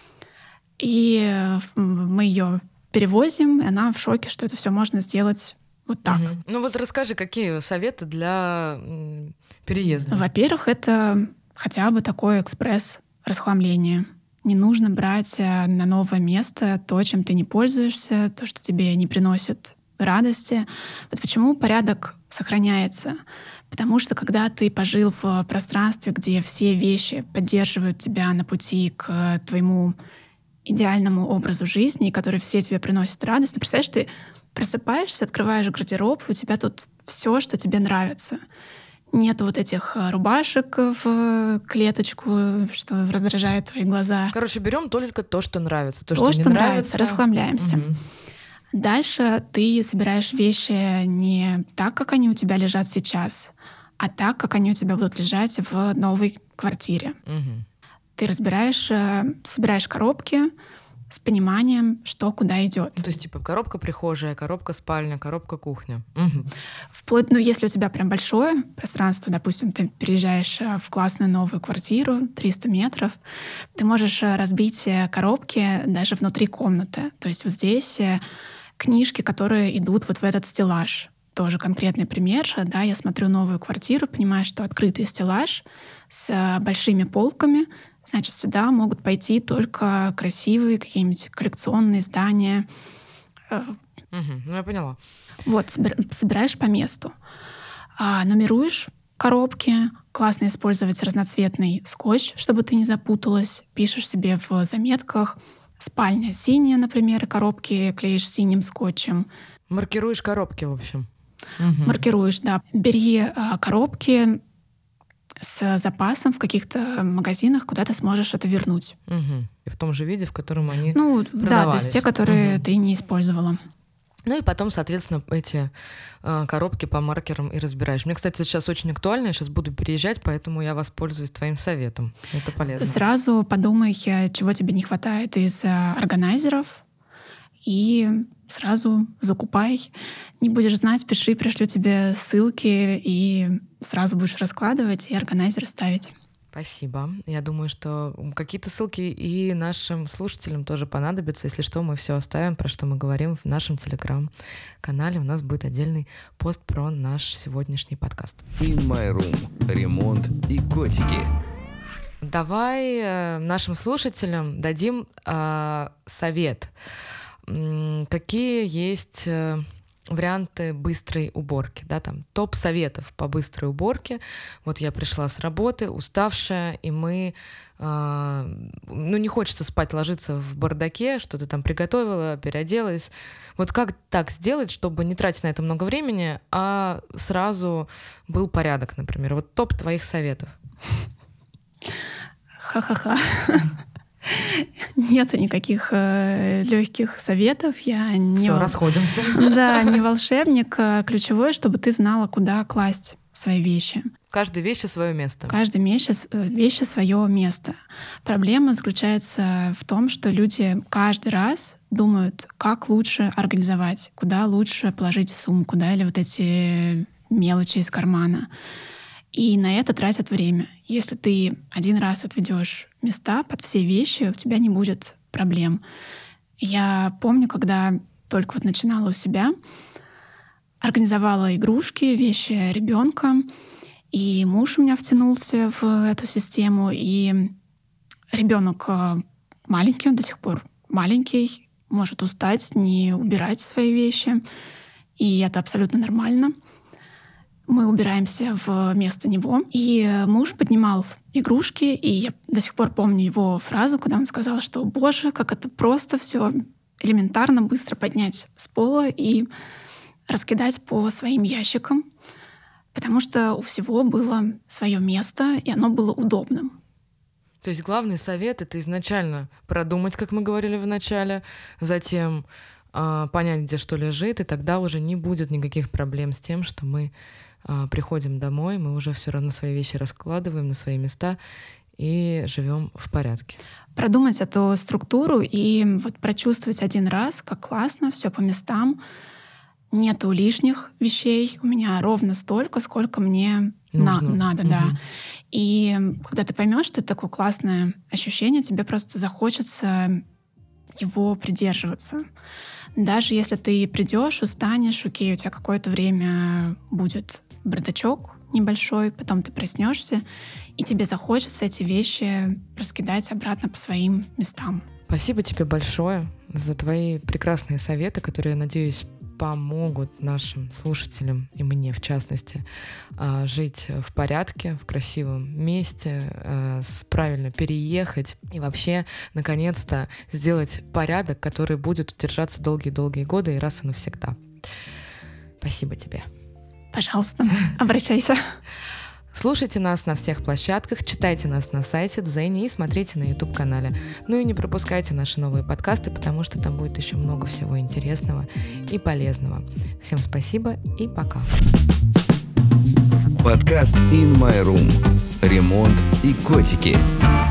И э, мы ее перевозим, и она в шоке, что это все можно сделать вот так. Мгм. Ну вот расскажи, какие советы для м, переезда? Во-первых, это хотя бы такое экспресс-расхламление. Не нужно брать э, на новое место то, чем ты не пользуешься, то, что тебе не приносит радости. Вот почему порядок сохраняется. Потому что когда ты пожил в пространстве, где все вещи поддерживают тебя на пути к твоему идеальному образу жизни, который все тебе приносят радость, ты представляешь, ты просыпаешься, открываешь гардероб, и у тебя тут все, что тебе нравится. Нет вот этих э, рубашек в клеточку, что раздражает твои глаза. Короче, берем только то, что нравится. То, То, что, что, не нравится, расхламляемся. Мгм. Дальше ты собираешь вещи не так, как они у тебя лежат сейчас, а так, как они у тебя будут лежать в новой квартире. Мгм. Ты разбираешь, э, собираешь коробки с пониманием, что куда идет. Ну, то есть, типа, коробка прихожая, коробка спальня, коробка кухня. Мгм. Вплоть, ну, если у тебя прям большое пространство, допустим, ты переезжаешь э, в классную новую квартиру, триста метров, ты можешь э, разбить э, коробки даже внутри комнаты. То есть вот здесь э, книжки, которые идут вот в этот стеллаж. Тоже конкретный пример. Да, я смотрю новую квартиру, понимаю, что открытый стеллаж с э, большими полками, значит, сюда могут пойти только красивые какие-нибудь коллекционные издания. Э, Мгм. Ну, я поняла. Вот, собир- собираешь по месту. А, нумеруешь коробки. Классно использовать разноцветный скотч, чтобы ты не запуталась. Пишешь себе в заметках Спальня синяя, например, коробки клеишь синим скотчем. Маркируешь коробки, в общем. Угу. Маркируешь, да. Бери а, коробки с запасом в каких-то магазинах, куда ты сможешь это вернуть. Угу. И в том же виде, в котором они Ну, продавались. да, то есть те, которые угу. ты не использовала. Ну и потом, соответственно, эти э, коробки по маркерам и разбираешь. Мне, кстати, сейчас очень актуально, я сейчас буду переезжать, поэтому я воспользуюсь твоим советом. Это полезно. Сразу подумай, чего тебе не хватает из органайзеров, и сразу закупай. Не будешь знать, пиши, пришлю тебе ссылки, и сразу будешь раскладывать и органайзеры ставить. Спасибо. Я думаю, что какие-то ссылки и нашим слушателям тоже понадобятся. Если что, мы все оставим, про что мы говорим в нашем телеграм-канале. У нас будет отдельный пост про наш сегодняшний подкаст. In My Room. Ремонт и котики. Давай э, нашим слушателям дадим э, совет. М- какие есть... Э, варианты быстрой уборки, да, там топ советов по быстрой уборке. Вот я пришла с работы, уставшая, и мы, э, ну не хочется спать, ложиться в бардаке, что-то там приготовила, переоделась. Вот как так сделать, чтобы не тратить на это много времени, а сразу был порядок, например. Вот топ твоих советов. Ха-ха-ха. Нет никаких э, легких советов. Я не... Все, расходимся. Да, не волшебник. Ключевое, чтобы ты знала, куда класть свои вещи. Каждой вещи свое место. Каждой вещи, вещи свое место. Проблема заключается в том, что люди каждый раз думают, как лучше организовать, куда лучше положить сумку, да, или вот эти мелочи из кармана. И на это тратят время. Если ты один раз отведешь места под все вещи, у тебя не будет проблем. Я помню, когда только вот начинала у себя, организовала игрушки, вещи ребенка, и муж у меня втянулся в эту систему, и ребенок маленький, он до сих пор маленький, может устать, не убирать свои вещи, и это абсолютно нормально. Мы убираемся вместо него, и муж поднимал игрушки, и я до сих пор помню его фразу, когда он сказал, что «Боже, как это просто все элементарно быстро поднять с пола и раскидать по своим ящикам», потому что у всего было свое место, и оно было удобным. То есть главный совет — это изначально продумать, как мы говорили в начале, затем э, понять, где что лежит, и тогда уже не будет никаких проблем с тем, что мы приходим домой, мы уже все равно свои вещи раскладываем на свои места и живем в порядке. Продумать эту структуру и вот прочувствовать один раз, как классно, все по местам. Нету лишних вещей. У меня ровно столько, сколько мне на- надо, угу. да. И когда ты поймешь, что это такое классное ощущение, тебе просто захочется его придерживаться. Даже если ты придешь, устанешь, окей, у тебя какое-то время будет бардачок небольшой, потом ты проснешься, и тебе захочется эти вещи раскидать обратно по своим местам. Спасибо тебе большое за твои прекрасные советы, которые, я надеюсь, помогут нашим слушателям, и мне в частности, жить в порядке, в красивом месте, правильно переехать и вообще, наконец-то, сделать порядок, который будет удержаться долгие-долгие годы и раз и навсегда. Спасибо тебе. Пожалуйста, обращайся. Слушайте нас на всех площадках, читайте нас на сайте Дзене и смотрите на YouTube-канале. Ну и не пропускайте наши новые подкасты, потому что там будет еще много всего интересного и полезного. Всем спасибо и пока. Подкаст In My Room. Ремонт и котики.